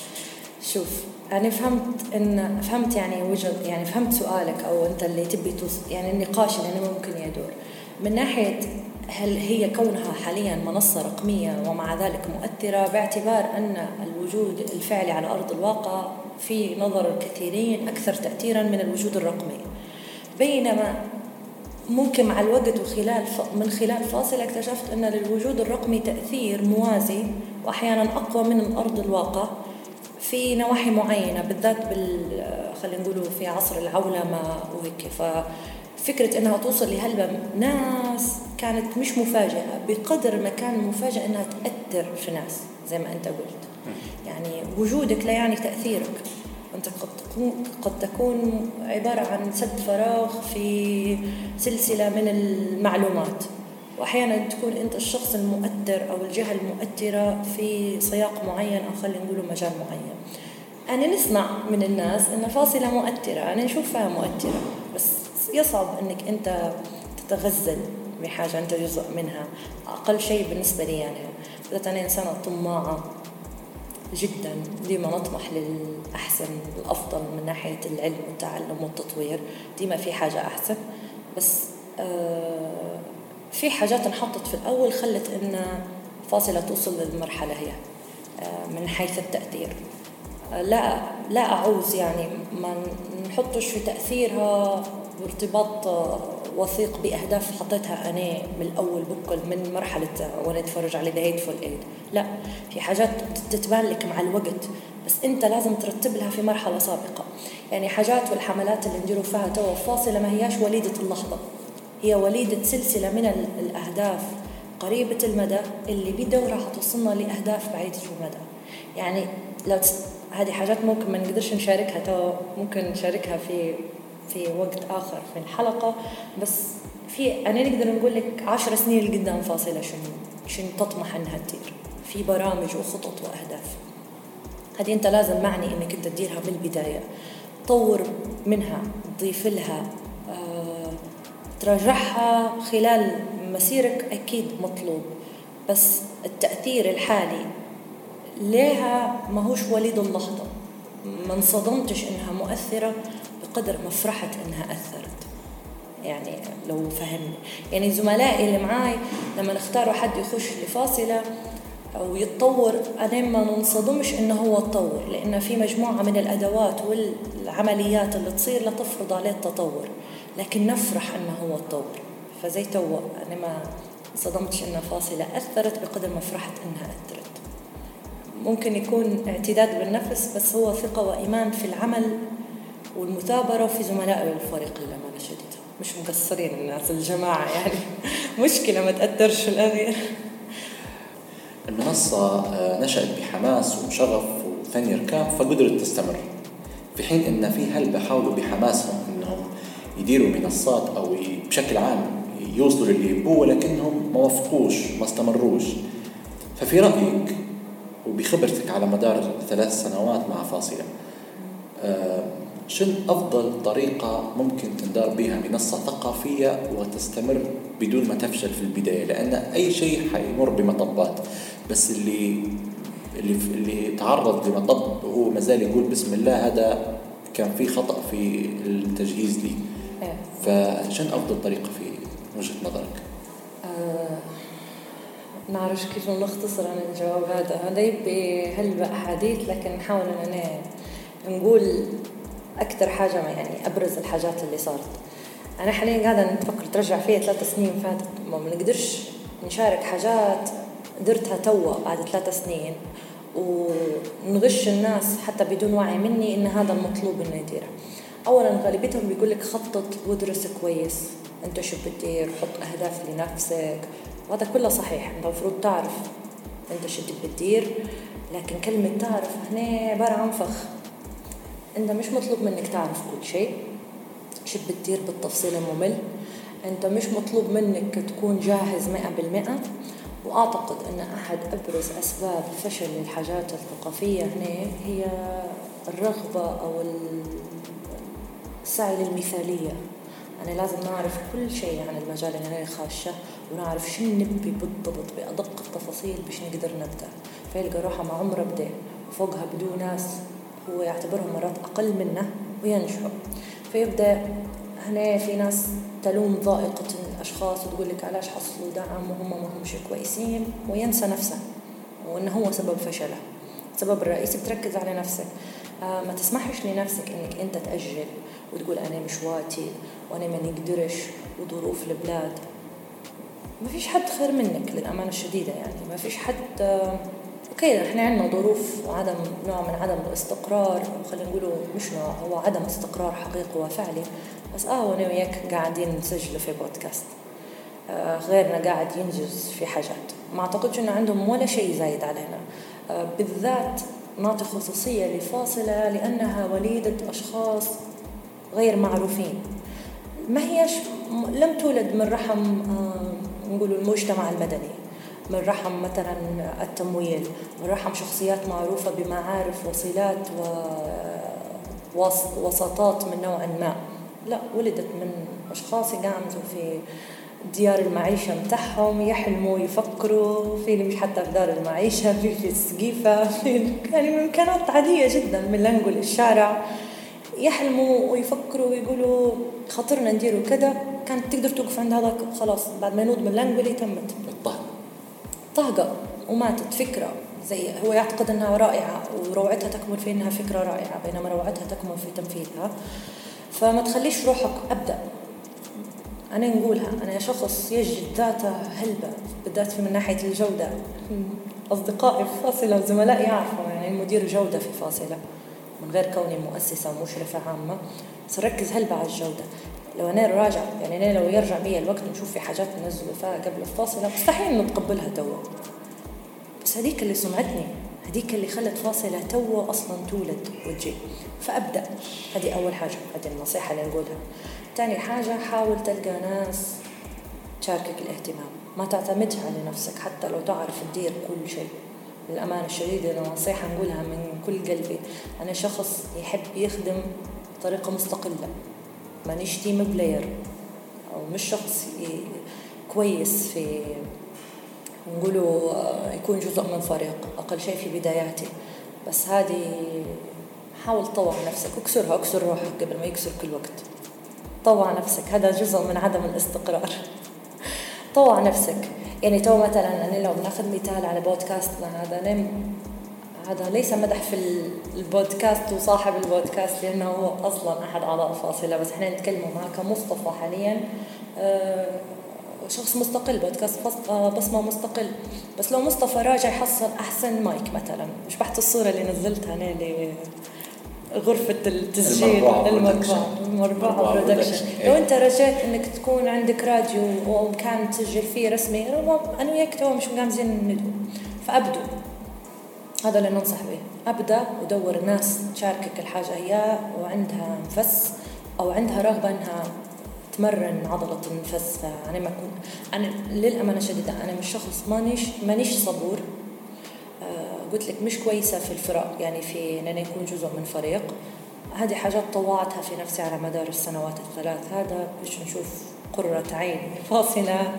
شوف أنا فهمت إن فهمت يعني وجه يعني فهمت سؤالك أو أنت اللي تبي توصل، يعني النقاش اللي أنا ممكن يدور من ناحية هل هي كونها حاليا منصة رقمية ومع ذلك مؤثرة، باعتبار أن الوجود الفعلي على أرض الواقع في نظر الكثيرين أكثر تأثيرا من الوجود الرقمي. بينما ممكن مع الوقت وخلال من خلال فاصلة اكتشفت أن للوجود الرقمي تأثير موازي وأحيانا أقوى من أرض الواقع في نواحي معينة، بالذات بال خلينا نقوله في عصر العولمة وهيك. ففكرة أنها توصل لهلبة ناس كانت مش مفاجأة بقدر ما كان مفاجأة أنها تأثر في ناس زي ما أنت قلت. يعني وجودك لا يعني تأثيرك، أنت قد تكون قد تكون عبارة عن سد فراغ في سلسلة من المعلومات، وأحيانا تكون أنت الشخص المؤثر أو الجهة المؤثرة في سياق معين أو خلينا نقوله مجال معين. أنا نسمع من الناس أن فاصلة مؤثرة، أنا نشوفها مؤثرة، بس يصعب أنك أنت تتغزل بحاجة أنت جزء منها. أقل شيء بالنسبة لي يعني بدأت أنا إنسانة طماعة جدا، ديما نطمح للأحسن الأفضل من ناحية العلم والتعلم والتطوير، ديما في حاجة أحسن. بس آه في حاجات انحطت في الأول خلت إن فاصلة توصل للمرحلة هي آه من حيث التأثير. آه لا لا أعوز يعني ما نحطش في تأثيرها بارتباط آه وثيق بأهداف حطيتها أنا من الأول بكل من مرحلة وأنا أتفرج على The Hateful Eight. لا، في حاجات تتبان لك مع الوقت، بس أنت لازم ترتب لها في مرحلة سابقة. يعني حاجات والحملات اللي نديروا فيها توا فاصلة ما هياش وليدة اللحظة، هي وليدة سلسلة من الأهداف قريبة المدى اللي بدورها حتوصلنا لأهداف بعيدة المدى. يعني لو تس... هذه حاجات ممكن ما نقدرش نشاركها توا، ممكن نشاركها في في وقت آخر في الحلقة. بس في أنا نقدر نقول لك عشر سنين اللي قدام فاصلة شنو شنو تطمح أنها تدير في برامج وخطط وأهداف. هذه أنت لازم معني إنك أنت تديرها من البداية، تطور منها، تضيف لها، آه، ترجعها خلال مسيرك أكيد مطلوب. بس التأثير الحالي لها ما هوش وليد اللحظة، ما انصدمتش إنها مؤثرة بقدر ما فرحت إنها أثرت. يعني لو فهمني، يعني زملائي اللي معاي لما نختاروا حد يخش لفاصلة أو يتطور أنا ما ننصدمش إنه هو تطور، لأن في مجموعة من الأدوات والعمليات اللي تصير لتفرض عليه التطور، لكن نفرح إنه هو تطور. فزي تو أنا ما صدمتش إن فاصلة أثرت بقدر ما فرحت إنها أثرت. ممكن يكون اعتداد بالنفس، بس هو ثقة وإيمان في العمل والمثابرة في زملائي الفريق اللي ما نشدتها. مش مقصرين الناس الجماعة يعني مشكلة ما تأثرش الأخير. المنصة نشأت بحماس وشغف وثاني ركاب فقدرت تستمر، في حين إن في هل بحاولوا بحماسهم إنهم يديروا منصات أو بشكل عام يوصلوا للي يبوه، ولكنهم ما وفقوش ما استمروش. ففي رأيك وبخبرتك على مدار ثلاث سنوات مع فاصلة، آه شن أفضل طريقة ممكن تندار بها منصة ثقافية وتستمر بدون ما تفشل في البداية؟ لأن أي شيء حيمر بمطبات، بس اللي اللي اللي تعرض لمطب وهو مازال يقول بسم الله هذا كان في خطأ في التجهيز لي. فشن أفضل طريقة في وجهة نظرك؟ أه نعرفش كيف نختصر عن الجواب هذا. هذا يبي هلبة أحاديث، لكن نحاول أن نقول أكثر حاجة يعني أبرز الحاجات اللي صارت. أنا حاليا قاعدة نفكر ترجع فيها ثلاث سنين فاتت، ما نقدرش نشارك حاجات درتها توا بعد ثلاث سنين ونغش الناس حتى بدون وعي مني إن هذا المطلوب إنه يديره. أولا غالبيتهم بيقول لك خطط وادرس كويس، أنت شو بتدير، حط أهداف لنفسك، وهذا كله صحيح. أنت المفروض تعرف أنت شو بتدير، لكن كلمة تعرف هنا عبارة عن فخ. أنت مش مطلوب منك تعرف كل شيء شو بتدير بالتفصيل الممل، أنت مش مطلوب منك تكون جاهز مئة بالمئة. وأعتقد أن أحد أبرز أسباب فشل الحاجات الثقافية هنا هي الرغبة أو السعي للمثالية. أنا لازم نعرف كل شيء عن المجال اللي أنا خاشة، ونعرف شو نبي بالضبط بأدق التفاصيل باش نقدر نبدأ. فيلقى روحه مع عمره بدأ وفوقها بدون ناس هو يعتبرهم مرات أقل منه وينجحوا. فيبدأ هنا في ناس تلوم ضائقة الأشخاص وتقول لك علاش حصلوا دعم وهم ما همش كويسين، وينسى نفسه وإنه هو سبب فشله. السبب الرئيسي بتركز على نفسك. آه ما تسمحش لنفسك انك انت تأجل وتقول انا مش واتي وانا ما نقدرش وظروف البلاد. ما فيش حد خير منك للأمانة الشديدة، يعني ما فيش حد. آه اوكي احنا عندنا ظروف وعدم نوع من عدم الاستقرار، خلينا نقوله مش نوع، هو عدم استقرار حقيقي وفعلي. بس اه وانا وياك قاعدين نسجل في بودكاست، آه غيرنا قاعد ينجز في حاجات. ما اعتقدش انه عندهم ولا شيء زايد علينا. آه بالذات نعطي خصوصية لفاصلة لأنها وليدة أشخاص غير معروفين، ما هيش لم تولد من رحم آه نقول المجتمع المدني، من رحم مثلا التمويل، من رحم شخصيات معروفة بمعارف وصلات ووساطات من نوع ما. لا، ولدت من أشخاص يقامزوا في ديار المعيشة متاعهم، يحلموا يفكروا في اللي مش حتى في دار المعيشة، في في السقيفة، في يعني من كانت عادية جدا من لنقول الشارع، يحلموا ويفكروا ويقولوا خاطرنا نديروا كده. كانت تقدر توقف عند هذاك خلاص، بعد ما ينوض من لنقولي تمت الطهق طهقة وماتت فكرة. زي هو يعتقد أنها رائعة وروعتها تكمن في أنها فكرة رائعة، بينما روعتها تكمن في تنفيذها. فما تخليش روحك أبدأ. أنا نقولها، أنا شخص يجد ذاته هلبة بالذات من ناحية الجودة. أصدقائي في فاصلة وزملائي يعرفوا يعني مدير جودة في فاصلة من غير كوني مؤسسة ومشرفة عامة، سركز هلبة على الجودة. لو أنا راجع يعني أنا لو يرجع بي الوقت نشوف في حاجات ننزلوا فيها قبل الفاصلة مستحيل نتقبلها توا، بس هذيك اللي سمعتني، هذيك اللي خلت فاصلة توا أصلا تولد وتجي. فأبدأ، هذه أول حاجة، هذه النصيحة اللي نقولها. تاني حاجة، حاول تلقى ناس تشاركك الاهتمام، ما تعتمدش على نفسك حتى لو تعرف تدير كل شيء. للأمانة الشديدة نصيحة نقولها من كل قلبي، أنا شخص يحب يخدم بطريقة مستقلة، ما نشتي بلاير أو مش شخص كويس في نقوله يكون جزء من فريق، أقل شيء في بداياتي. بس هذه حاول تطوع نفسك واكسرها، اكسر روحك قبل ما يكسر كل وقت. طوع نفسك، هذا جزء من عدم الاستقرار. طوع نفسك. يعني تو مثلا أنا لو بناخذ مثال على بودكاستنا هذا، أنا هذا ليس مدح في البودكاست وصاحب البودكاست لأنه هو أصلا أحد أعضاء فاصلة، بس إحنا نتكلم معه كمصطفى حاليا شخص مستقل، بودكاست بصمة مستقل. بس لو مصطفى راجع يحصل أحسن مايك مثلا، مش بحث الصورة اللي نزلتها أنا لغرفة التسجيل المربعة برودكشن، لو أنت رجعت إنك تكون عندك راديو ومكان تسجل فيه رسمي، أنا وياك تو مش مقامزين ندو. فأبدو، هذا اللي ننصح به، أبدأ ودور ناس تشاركك الحاجة هي وعندها نفس أو عندها رغبة إنها تمرن عضلة النفس. أنا ما أكون أنا للأمانة شديدة أنا مش شخص مانيش مانيش صبور. آه قلت لك مش كويسة في الفرق، يعني في إن أنا يكون جزء من فريق. هذه حاجات طوعتها في نفسي على مدار السنوات الثلاث. هذا باش نشوف قرة عين فاصلة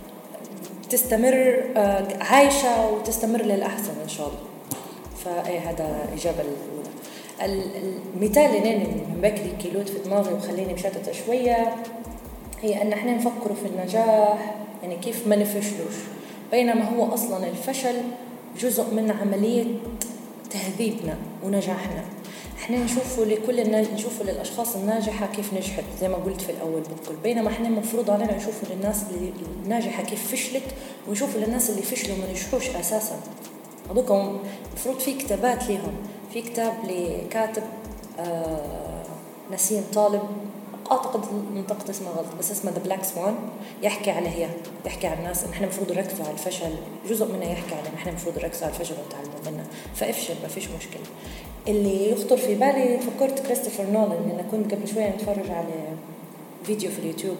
تستمر آه عايشة وتستمر للأحسن إن شاء الله. فإيه هذا إجابة الأولى. المثال اللي أنا من بكري كيلوت في دماغي وخليني مشتتة شوية هي أن احنا نفكر في النجاح يعني كيف ما نفشلوش، بينما هو أصلا الفشل جزء من عملية تهذيبنا ونجاحنا. احنا نشوفه لكل الناس، نشوفه للأشخاص الناجحة كيف نجحت زي ما قلت في الأول بقول، بينما احنا المفروض علينا نشوفه للناس اللي الناجحة كيف فشلت، ونشوفه للناس اللي فشلوا ما نجحوش أساسا. هذوكم المفروض في كتابات لهم. في كتاب لكاتب آه نسيم طالب، أعتقد منطقة اسمه غلط بس اسمه The Black Swan، يحكي على هي يحكي على الناس إن إحنا المفروض نركز على الفشل، جزء منه يحكي على إن إحنا المفروض نركز على الفشل ونتعلم منه. فافشل ما فيش مشكلة. اللي يخطر في بالي فكرت كريستوفر نولان، لأن كنت قبل شوية نتفرج على فيديو في اليوتيوب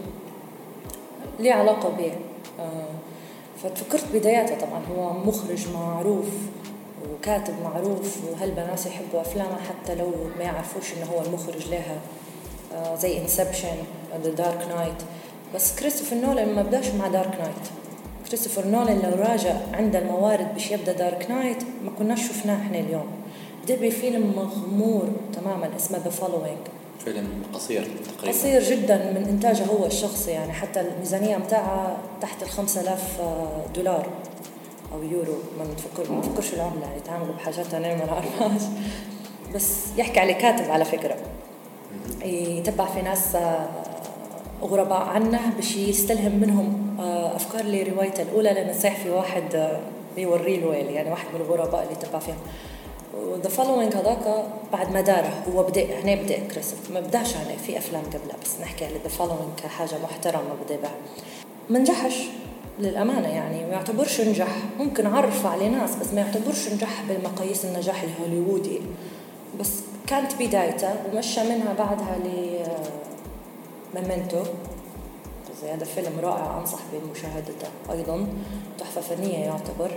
ليه علاقة به. آه فتفكرت بداياته. طبعا هو مخرج معروف وكاتب معروف وهلبا ناس يحبوا أفلامه حتى لو ما يعرفوش إنه هو المخرج لها، آه زي إنسبشن The Dark Knight. بس كريستوفر نولان ما بداش مع دارك نايت. كريستوفر نولان لو راجع عند الموارد باش يبدأ دارك نايت ما كناش شفناه احنا اليوم. بدأ بفيلم مغمور تماما اسمه The Following، فيلم قصير تقريبا، قصير جدا من إنتاجه هو الشخصي، يعني حتى الميزانية متاعها تحت الخمسة آلاف دولار أو يورو، ما نفكر ما نفكرش العملة، يعني يتعاملوا بحاجات أنا ما نعرفهاش. بس يحكي عليه كاتب على فكرة، يتبع في ناس غرباء عنه باش يستلهم منهم أفكار لروايته الأولى، لأن صحيح في واحد بيوري له يعني واحد من الغرباء اللي تبع فيهم. وذا فولوينج هذاك بعد ما داره هو بدأ هنا بدأ كريستوفر، ما بداش يعني في أفلام قبله، بس نحكي على ذا فولوينج كحاجة محترمة بدأ بها. ما نجحش للأمانة يعني، ما يعتبرش نجح، ممكن عرف على ناس بس ما يعتبرش نجح بالمقاييس النجاح الهوليوودي، بس كانت بدايته ومشى منها بعدها لميمنتو. هذا فيلم رائع أنصح بمشاهدته أيضا، تحفة فنية يعتبر.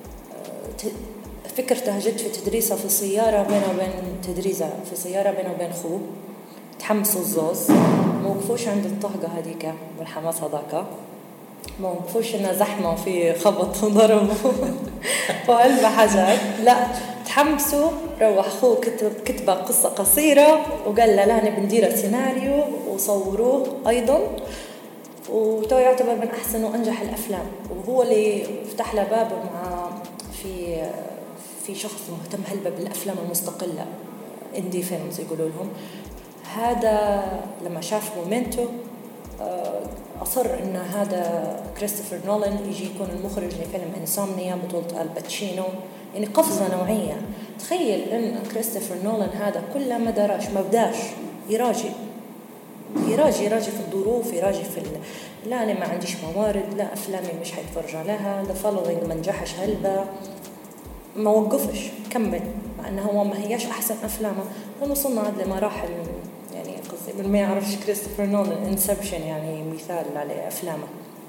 فكرته جد في تدريسه في سيارة بينه وبين تدريسه في سيارة بينه وبين خوه، تحمسوا الزوز، ما وقفوش عند الطهقة هذيك والحماس هذاك، ما وقفوش إنه زحمة في خبط وضرب وقلب حاجات، لا تحمسوا. روح خوه كتب كتبة قصة قصيرة وقال له لا نبي ندير سيناريو وصوروه أيضا، وتو يعتبر من أحسن وأنجح الأفلام، وهو اللي فتح له باب مع في في شخص مهتم هلبة بالأفلام المستقلة اندي فيلمز يقولوا لهم. هذا لما شاف مومنتو أصر إن هذا كريستوفر نولان يجي يكون المخرج لفيلم إنسومنيا بطولة الباتشينو، يعني قفزة نوعية. تخيل إن كريستوفر نولان هذا كل ما دراش ما بداش يراجي يراجي يراجي في الظروف، يراجي في ال... لا أنا ما عنديش موارد، لا أفلامي مش حيتفرج عليها، The Following ما نجحش هلبة، ما وقفش كمل، مع أنه هو ما هياش أحسن أفلامه. وصلنا عاد لمراحل يعني قصدي من ما يعرفش كريستوفر نولان انسبشن يعني مثال على أفلامه.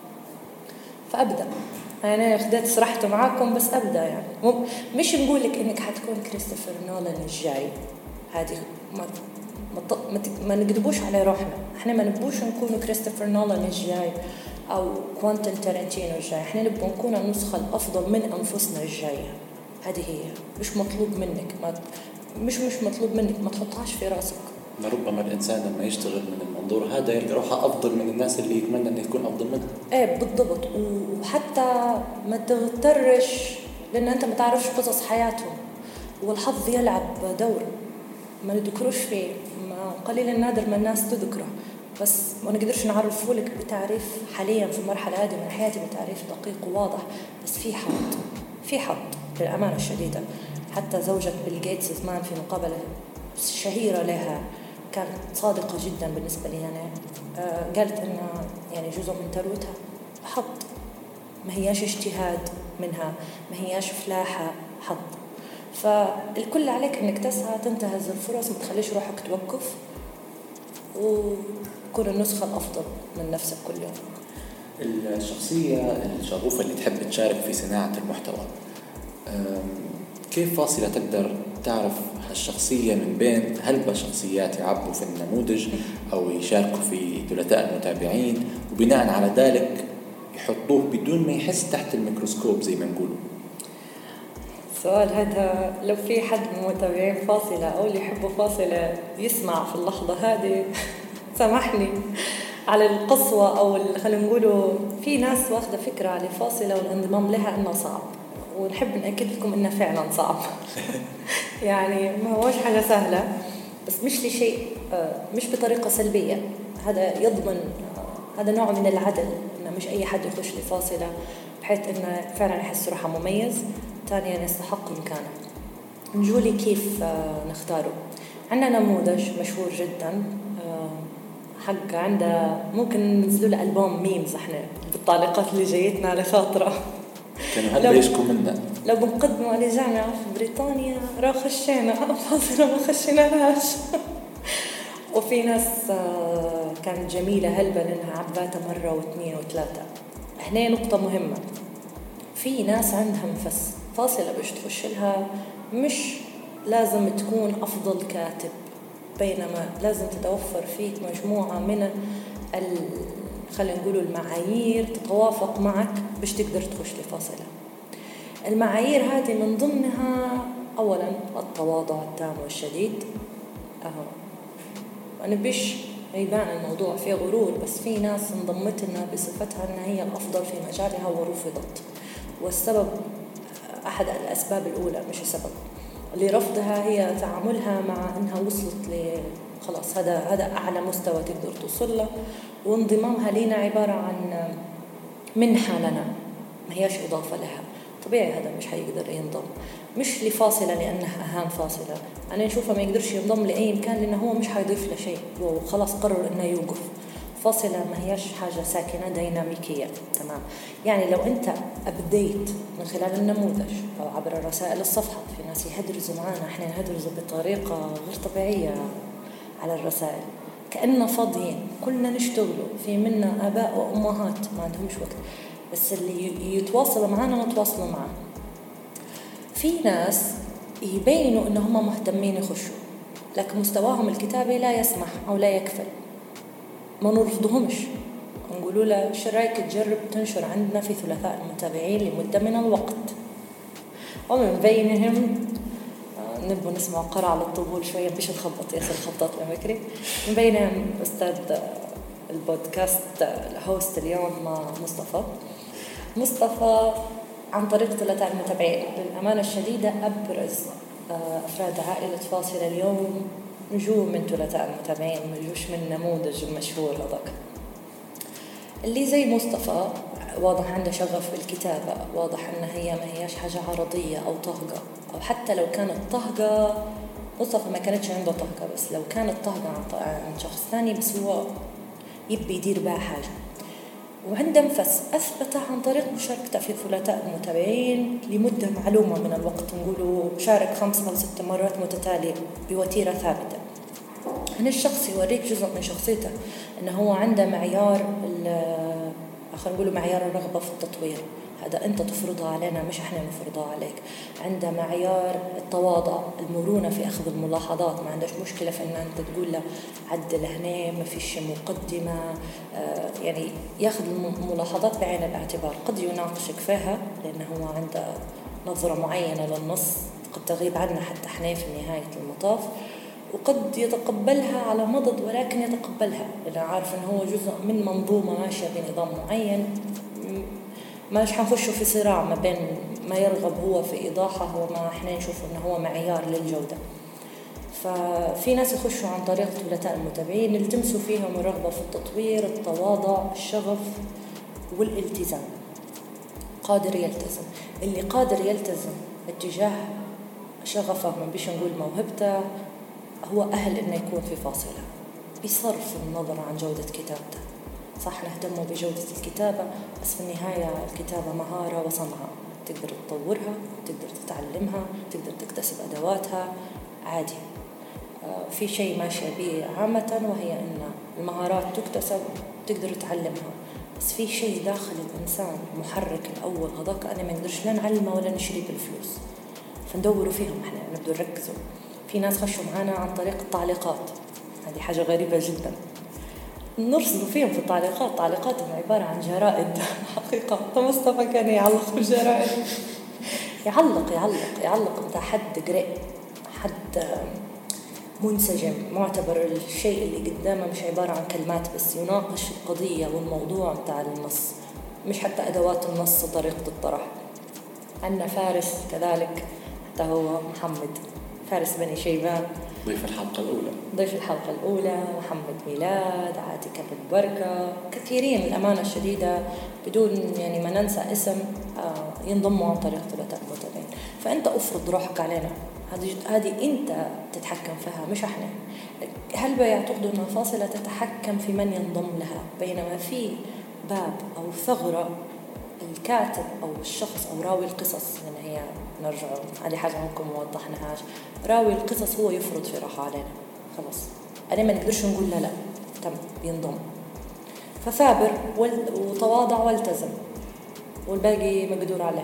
فأبدأ أنا خدت صرحته معاكم بس أبدأ يعني مش نقول لك إنك حتكون كريستوفر نولان الجاي، هذه ما ما ما نكذبوش على روحنا، احنا ما نبوش نكونوا كريستوفر نولان الجاي او كوانتين تارانتينو الجاي، احنا نبغى نكون النسخه الافضل من انفسنا الجايه. هذه هي مش مطلوب منك، ما مش مش مطلوب منك ما تحطهاش في راسك. ربما الانسان لما يشتغل من المنظور هذا يلقى روحه افضل من الناس اللي يتمنى انه يكون افضل منه. ايه بالضبط، وحتى ما تغترش لان انت ما تعرفش قصص حياتهم، والحظ يلعب دور ما نذكروش فيه، قليل النادر من الناس تذكره، بس ما نقدرش نعرفه لك بتعريف حاليا في المرحلة هذه من حياتي بتعريف دقيق وواضح، بس في حظ في حظ للأمانة الشديدة. حتى زوجة بيل جيتس زمان في مقابلة شهيرة لها كانت صادقة جدا بالنسبة لي أنا، آه قالت إن يعني جزء من ثروتها حظ، ما هياش اجتهاد منها، ما هياش فلاحة، حظ. فالكل عليك انك تسعى تنتهز الفرص، ما تخليش روحك توقف، وكون النسخة الأفضل من نفسك كل يوم. الشخصية الشغوفة اللي تحب تشارك في صناعة المحتوى، كيف فاصلة تقدر تعرف هالشخصية من بين هلبة شخصيات يعبوا في النموذج أو يشاركوا في ثلاثاء المتابعين، وبناء على ذلك يحطوه بدون ما يحس تحت الميكروسكوب زي ما نقولوا؟ السؤال هذا لو في حد من متابعين فاصلة أو اللي يحبوا فاصلة يسمع في اللحظة هذه سامحني على القسوة، أو خلينا نقولوا في ناس واخدة فكرة على فاصلة والانضمام لها إنه صعب، ونحب نأكد لكم إنه فعلا صعب يعني ما هوش حاجة سهلة، بس مش لشيء، مش بطريقة سلبية. هذا يضمن هذا نوع من العدل، إنه مش أي حد يخش لفاصلة بحيث إنه فعلا يحس روحه مميز، ثانيا يستحق مكانه. نجولي كيف نختاره. عندنا نموذج مشهور جدا حق عنده ممكن ننزلوا له ألبوم ميمز احنا بالطالقات اللي جايتنا على خاطره، كانوا هل بيشكوا منا لو بنقدموا على جامعة في بريطانيا راه خشينا فاصلة ما خشينا لهاش وفي ناس كانت جميلة هلبة لأنها عباتها مرة واثنين وثلاثة. هنا نقطة مهمة، في ناس عندها نفس فاصلة باش تخش لها، مش لازم تكون أفضل كاتب، بينما لازم تتوفر فيك مجموعة من ال... خلينا نقولوا المعايير تتوافق معك باش تقدر تخش لفاصلة. المعايير هذه من ضمنها أولا التواضع التام والشديد. أه. أنا بيش يبان الموضوع فيه غرور، بس في ناس انضمت لنا بصفتها أنها هي الأفضل في مجالها ورفضت، والسبب أحد الأسباب الأولى مش السبب لرفضها هي تعاملها مع أنها وصلت ل خلاص هذا هذا أعلى مستوى تقدر توصل له، وانضمامها لنا عبارة عن منحة لنا ما هياش إضافة لها. طبيعي هذا مش هيقدر ينضم، مش لفاصلة لأنها أهم فاصلة. أنا نشوفه ما يقدرش ينضم لأي مكان لأنه هو مش هيضيف له شيء، وخلاص قرر إنه يوقف. فاصلة ما هياش حاجة ساكنة ديناميكية. تمام. يعني لو أنت أبديت من خلال النموذج أو عبر رسائل الصفحة، في ناس يهدرزوا معانا، إحنا نهدرزوا بطريقة غير طبيعية على الرسائل كأننا فاضيين، كلنا نشتغلوا، في منا آباء وأمهات ما عندهمش وقت، بس اللي يتواصلوا معانا نتواصلوا معاه. في ناس يبينوا إنهم مهتمين يخشوا لكن مستواهم الكتابي لا يسمح أو لا يكفل، ما نرفضهمش، نقولوا له شو رأيك تجرب تنشر عندنا في ثلاثاء المتابعين لمدة من الوقت. ومن بينهم نبغى نسمع قرع على الطبول شوية بيش تخبط ياسر خبطات لمكري. من بينهم أستاذ البودكاست الهوست اليوم مصطفى مصطفى عن طريق ثلاثاء المتابعين. للأمانة الشديدة أبرز أفراد عائلة فاصلة اليوم نجوم من ثلاثاء المتابعين، مجوش من نموذج المشهور هذاك. اللي زي مصطفى واضح عنده شغف بالكتابة، واضح أن هي ما هياش حاجة عرضية أو طهقة، أو حتى لو كانت طهقة مصطفى ما كانتش عنده طهقة، بس لو كانت طهقة عن شخص ثاني بس هو يبي يدير بها حاجة. وعنده نفس أثبته عن طريق مشاركته في ثلاثاء المتابعين لمدة معلومة من الوقت، نقوله شارك خمس أو ست مرات متتالية بوتيرة ثابتة. هنا الشخص يوريك جزء من شخصيته، أنه هو عنده معيار آخر نقوله معيار الرغبة في التطوير، هذا أنت تفرضها علينا مش إحنا نفرضها عليك. عنده معيار التواضع، المرونة في أخذ الملاحظات، ما عندش مشكلة في أن أنت تقول له عدل هنا ما فيش مقدمة، آه يعني يأخذ الملاحظات بعين الاعتبار. قد يناقشك فيها لأنه هو عنده نظرة معينة للنص قد تغيب عنا حتى إحنا في نهاية المطاف، وقد يتقبلها على مضض ولكن يتقبلها لأنه عارف أنه هو جزء من منظومة ماشية بنظام معين، ما مش حنخشه في صراع ما بين ما يرغب هو في إيضاحه وما إحنا نشوف أنه هو معيار للجودة. ففي ناس يخشوا عن طريق ثلاثاء المتابعين يلتمسوا فيهم الرغبة في التطوير، التواضع، الشغف والالتزام. قادر يلتزم، اللي قادر يلتزم اتجاه شغفه من بيش نقول موهبته هو أهل إنه يكون في فاصلة بصرف النظر عن جودة كتابته. صح نهتم بجودة الكتابة بس في النهاية الكتابة مهارة وصنعة، تقدر تطورها، تقدر تتعلمها، تقدر تكتسب أدواتها عادي. آه في شيء ماشي به عامة وهي إن المهارات تكتسب تقدر تعلمها، بس في شيء داخل الإنسان محرك الأول هذاك أنا ما نقدرش لا نعلمه ولا نشري بالفلوس، فندوروا فيهم إحنا نبدو نركزوا. في ناس خشوا معنا عن طريق التعليقات، هذه حاجة غريبة جدا، نرصد فيهم في التعليقات، تعليقاتهم عبارة عن جرائد حقيقة. فمصطفى كان يعلق في الجرائد، يعلق يعلق يعلق متى حد قرأ، حد منسجم معتبر الشيء اللي قدامه مش عبارة عن كلمات بس، يناقش القضية والموضوع متاع النص، مش حتى أدوات النص وطريقة الطرح. عندنا فارس كذلك، حتى هو محمد فارس بني شيبان ضيف الحلقة الأولى ضيف الحلقة الأولى محمد ميلاد، عاتكة بالبركة، كثيرين الأمانة الشديدة بدون يعني ما ننسى اسم ينضموا عن طريق ثلاثاء المتابعين. فأنت أفرض روحك علينا، هذه هذه أنت تتحكم فيها مش إحنا. هل بيعتقدوا أن فاصلة تتحكم في من ينضم لها، بينما في باب أو ثغرة الكاتب أو الشخص أو راوي القصص، يعني هي نرجع هذه حاجة ممكن ما وضحناهاش، راوي القصص هو يفرض في راحة علينا، خلاص أنا ما نقدرش نقول لا لا تم ينضم. فثابر وتواضع والتزم والباقي مقدور عليه.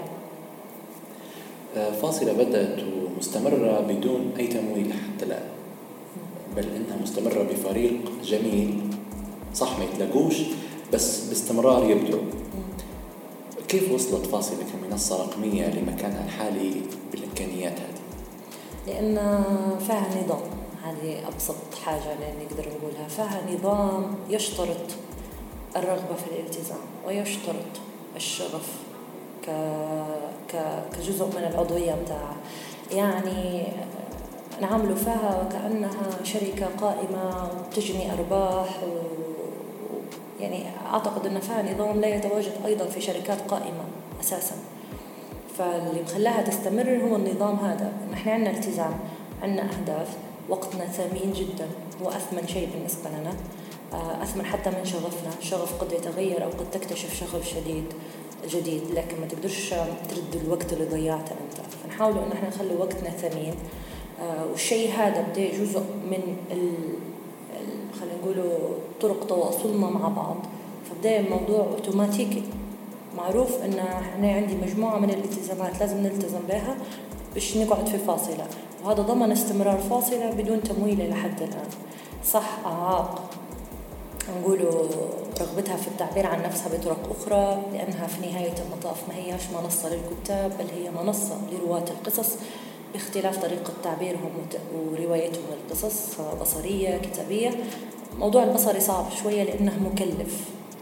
فاصلة بدأت ومستمرة بدون أي تمويل حتى الآن، بل إنها مستمرة بفريق جميل صح ما يتلاقوش بس باستمرار يبدو. كيف وصلت فاصلة كمنصة رقمية لمكانها الحالي بالإمكانيات هذه؟ لأن فيها نظام، هذه أبسط حاجة نقدر نقولها، فيها نظام يشترط الرغبة في الالتزام ويشترط الشغف ك... ك... كجزء من العضوية متاعها. يعني نعامل فيها وكأنها شركة قائمة تجني أرباح و... يعني أعتقد أن فيها نظام لا يتواجد أيضا في شركات قائمة أساسا. فاللي مخلاها تستمر هو النظام هذا، إن إحنا عندنا التزام، عندنا أهداف، وقتنا ثمين جدا، هو أثمن شيء بالنسبة لنا، أثمن حتى من شغفنا. الشغف قد يتغير أو قد تكتشف شغف شديد جديد، لكن ما تقدرش ترد الوقت اللي ضيعته أنت. فنحاول إن إحنا نخلي وقتنا ثمين، والشيء هذا بدأ جزء من ال خلينا نقوله طرق تواصلنا مع بعض. فبدأ الموضوع أوتوماتيكي معروف إن إحنا عندي مجموعة من الالتزامات لازم نلتزم بها باش نقعد في فاصلة، وهذا ضمن استمرار فاصلة بدون تمويل لحد الآن. صح أعاق نقوله رغبتها في التعبير عن نفسها بطرق أخرى، لأنها في نهاية المطاف ما هياش منصة للكتاب، بل هي منصة لرواة القصص باختلاف طريقة تعبيرهم وروايتهم للقصص، بصرية كتابية. موضوع البصري صعب شوية لأنه مكلف،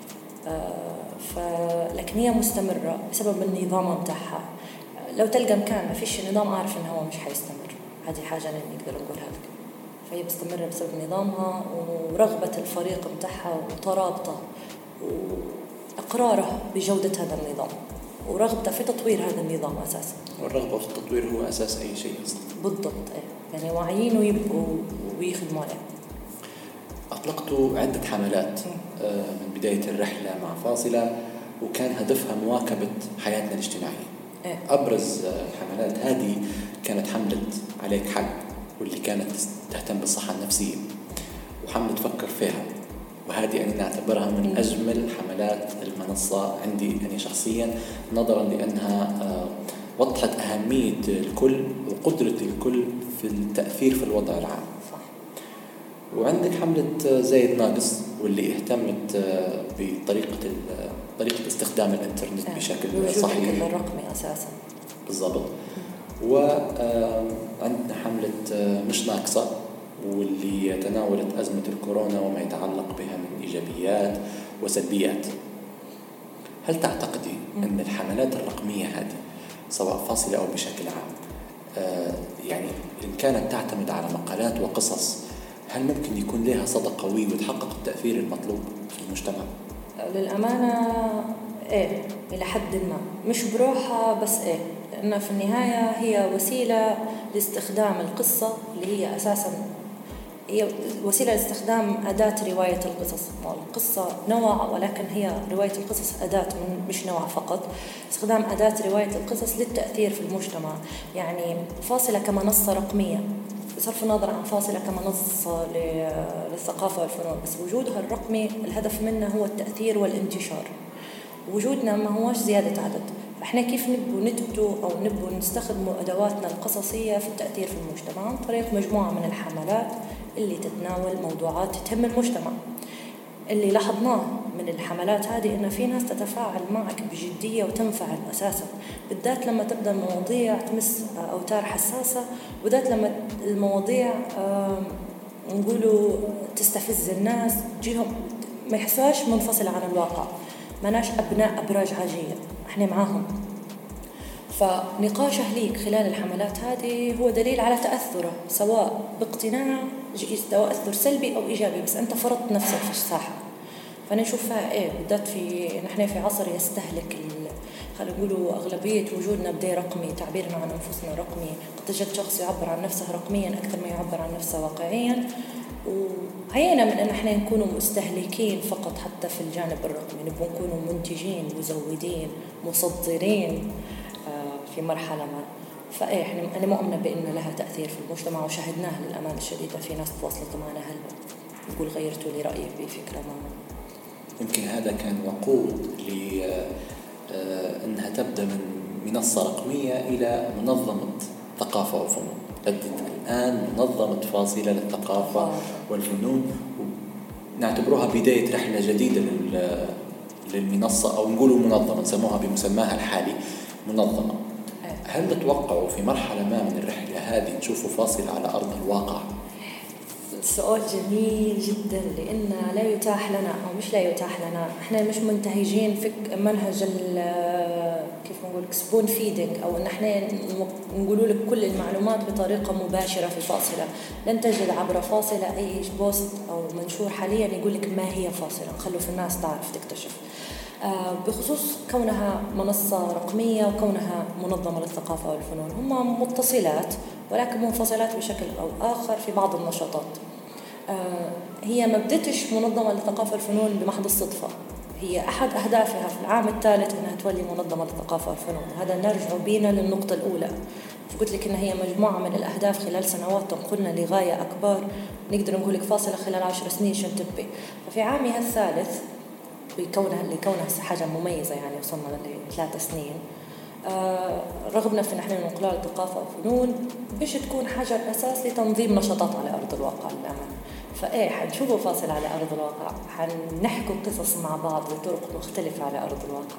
ف... لكن هي مستمرة بسبب النظام متاعها. لو تلقى مكان ما فيش نظام أعرف إنه هو مش حيستمر، هذه حاجة نقدر نقولها لك. فهي مستمرة بسبب نظامها ورغبة الفريق متاعها وترابطه وإقراره بجودة هذا النظام ورغبته في تطوير هذا النظام أساسا. والرغبة في التطوير هو أساس أي شيء أصلا. بالضبط، يعني واعيين ويبقوا ويخدموا عليه. أطلقتوا عدة حملات من بداية الرحلة مع فاصلة، وكان هدفها مواكبة حياتنا الاجتماعية. إيه؟ أبرز الحملات هذه كانت حملة عليك حق، واللي كانت تهتم بالصحة النفسية، وحملة فكر فيها، وهذه أنا نعتبرها من أجمل حملات المنصة عندي أنا شخصيا، نظرا لأنها وضحت أهمية الكل وقدرة الكل في التأثير في الوضع العام. صح. وعندك حملة زايد ناقص، واللي اهتمت بطريقة طريقة استخدام الإنترنت آه. بشكل صحيح الرقمي أساسا. بالضبط. وعندنا حملة مش ناقصة، واللي تناولت أزمة الكورونا وما يتعلق بها من إيجابيات وسلبيات. هل تعتقدي أن الحملات الرقمية هذه سواء فاصلة أو بشكل عام يعني إن كانت تعتمد على مقالات وقصص، هل ممكن يكون لها صدى قوي وتحقق التأثير المطلوب في المجتمع؟ للأمانة إيه، إلى حد ما، مش بروحها بس إيه، لأن في النهاية هي وسيلة لاستخدام القصة اللي هي أساساً هي وسيلة لاستخدام أداة رواية القصص. القصة نوع، ولكن هي رواية القصص أداة مش نوع فقط. استخدام أداة رواية القصص للتأثير في المجتمع. يعني فاصلة كمنصة رقمية، بصرف النظر عن فاصلة كمنصة للثقافة والفنون، بس وجودها الرقمي الهدف منه هو التأثير والانتشار. وجودنا ما هوش زيادة عدد، فإحنا كيف نبو نثبتوا أو نبو نستخدموا أدواتنا القصصية في التأثير في المجتمع عن طريق مجموعة من الحملات اللي تتناول موضوعات تهم المجتمع. اللي لاحظناه من الحملات هذه إن في ناس تتفاعل معك بجدية وتنفعل أساسا، بالذات لما تبدأ المواضيع تمس أوتار حساسة، وذات لما المواضيع نقولوا تستفز الناس، تجيهم ما يحسوش منفصلة عن الواقع، ما ناش أبناء أبراج عاجية، إحنا معاهم. فنقاشه ليك خلال الحملات هذه هو دليل على تأثره، سواء باقتناع تأثر سلبي أو إيجابي، بس أنت فرضت نفسك في الساحة. فأنا نشوفها إيه، بالذات في نحن في عصر يستهلك خلينا نقولوا أغلبية وجودنا بدي رقمي، تعبيرنا عن أنفسنا رقمي. قد تجد شخص يعبر عن نفسه رقميا أكثر ما يعبر عن نفسه واقعيا، وهينا من أن احنا نكونوا مستهلكين فقط حتى في الجانب الرقمي، نبغى نكونوا منتجين، مزودين، مصدرين في مرحلة ما. فإيه إحنا أنا مؤمنة بأن لها تأثير في المجتمع، وشاهدناه للأمانة الشديدة. في ناس تواصلت معنا هل يقول غيرتوا لي رأيي بفكرة ما. يمكن هذا كان وقود لأنها تبدأ من منصة رقمية إلى منظمة ثقافة وفنون. بدت الآن منظمة فاصلة للثقافة والفنون، نعتبرها بداية رحلة جديدة للمنصة، أو نقولوا منظمة نسموها بمسماها الحالي منظمة. هل تتوقعوا في مرحلة ما من الرحلة هذه نشوفوا فاصلة على أرض الواقع؟ سؤال جميل جدا، لأن لا يتاح لنا، أو مش لا يتاح لنا، إحنا مش منتهجين فك منهج كيف نقول سبون فيدنج، أو إن إحنا نقولوا لك كل المعلومات بطريقة مباشرة في فاصلة. لن تجد عبر فاصلة أي بوست أو منشور حاليا يقول لك ما هي فاصلة، نخلوا في الناس تعرف تكتشف. بخصوص كونها منصة رقمية وكونها منظمة للثقافة والفنون، هم متصلات ولكن منفصلات بشكل أو آخر في بعض النشاطات. هي ما بدتش منظمة للثقافة والفنون بمحض الصدفة، هي أحد أهدافها في العام الثالث أنها تولي منظمة للثقافة والفنون. هذا نرجع بينا للنقطة الأولى، قلت لك إن هي مجموعة من الأهداف خلال سنوات تنقلنا لغاية أكبر، نقدر نقول لك فاصلة خلال عشر سنين شن تبي. ففي عامها الثالث بكونها لكونها حاجة مميزة، يعني وصلنا لثلاث سنين، آه رغبنا في نحن ننقلها للثقافة والفنون باش تكون حاجة أساس لتنظيم نشاطات على أرض الواقع للأمانة. فإيه حنشوفوا فاصل على أرض الواقع، حنحكوا قصص مع بعض بطرق مختلفة على أرض الواقع.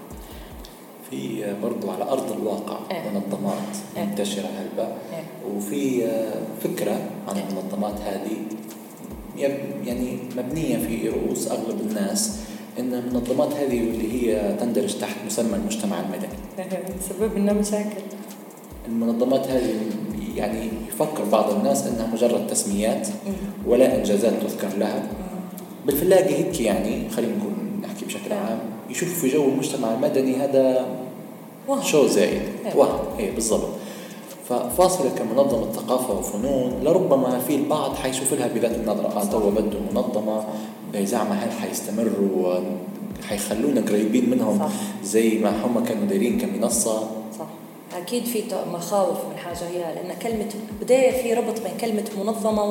في برضو على أرض الواقع إيه؟ منظمات إيه؟ منتشرة هلبة إيه؟ وفي فكرة عن إيه؟ المنظمات هذه يعني مبنية في رؤوس أغلب الناس إن المنظمات هذه واللي هي تندرج تحت مسمى المجتمع المدني سبب لنا مشاكل. المنظمات هذه يعني يفكر بعض الناس إنها مجرد تسميات ولا إنجازات تذكر لها. بالفلاقي هيك يعني خلينا نقول نحكي بشكل عام يشوف في جو المجتمع المدني هذا شو زايد وهم إيه بالضبط. ففاصلة كمنظمة ثقافة وفنون لربما في البعض حيشوف لها بذات النظرة آه توا بده منظمة زعما هل حيستمروا حيخلونا قريبين منهم صح. زي ما هم كانوا دايرين كمنصة صح. أكيد في مخاوف من حاجة هي، لأن كلمة بداية في ربط بين كلمة منظمة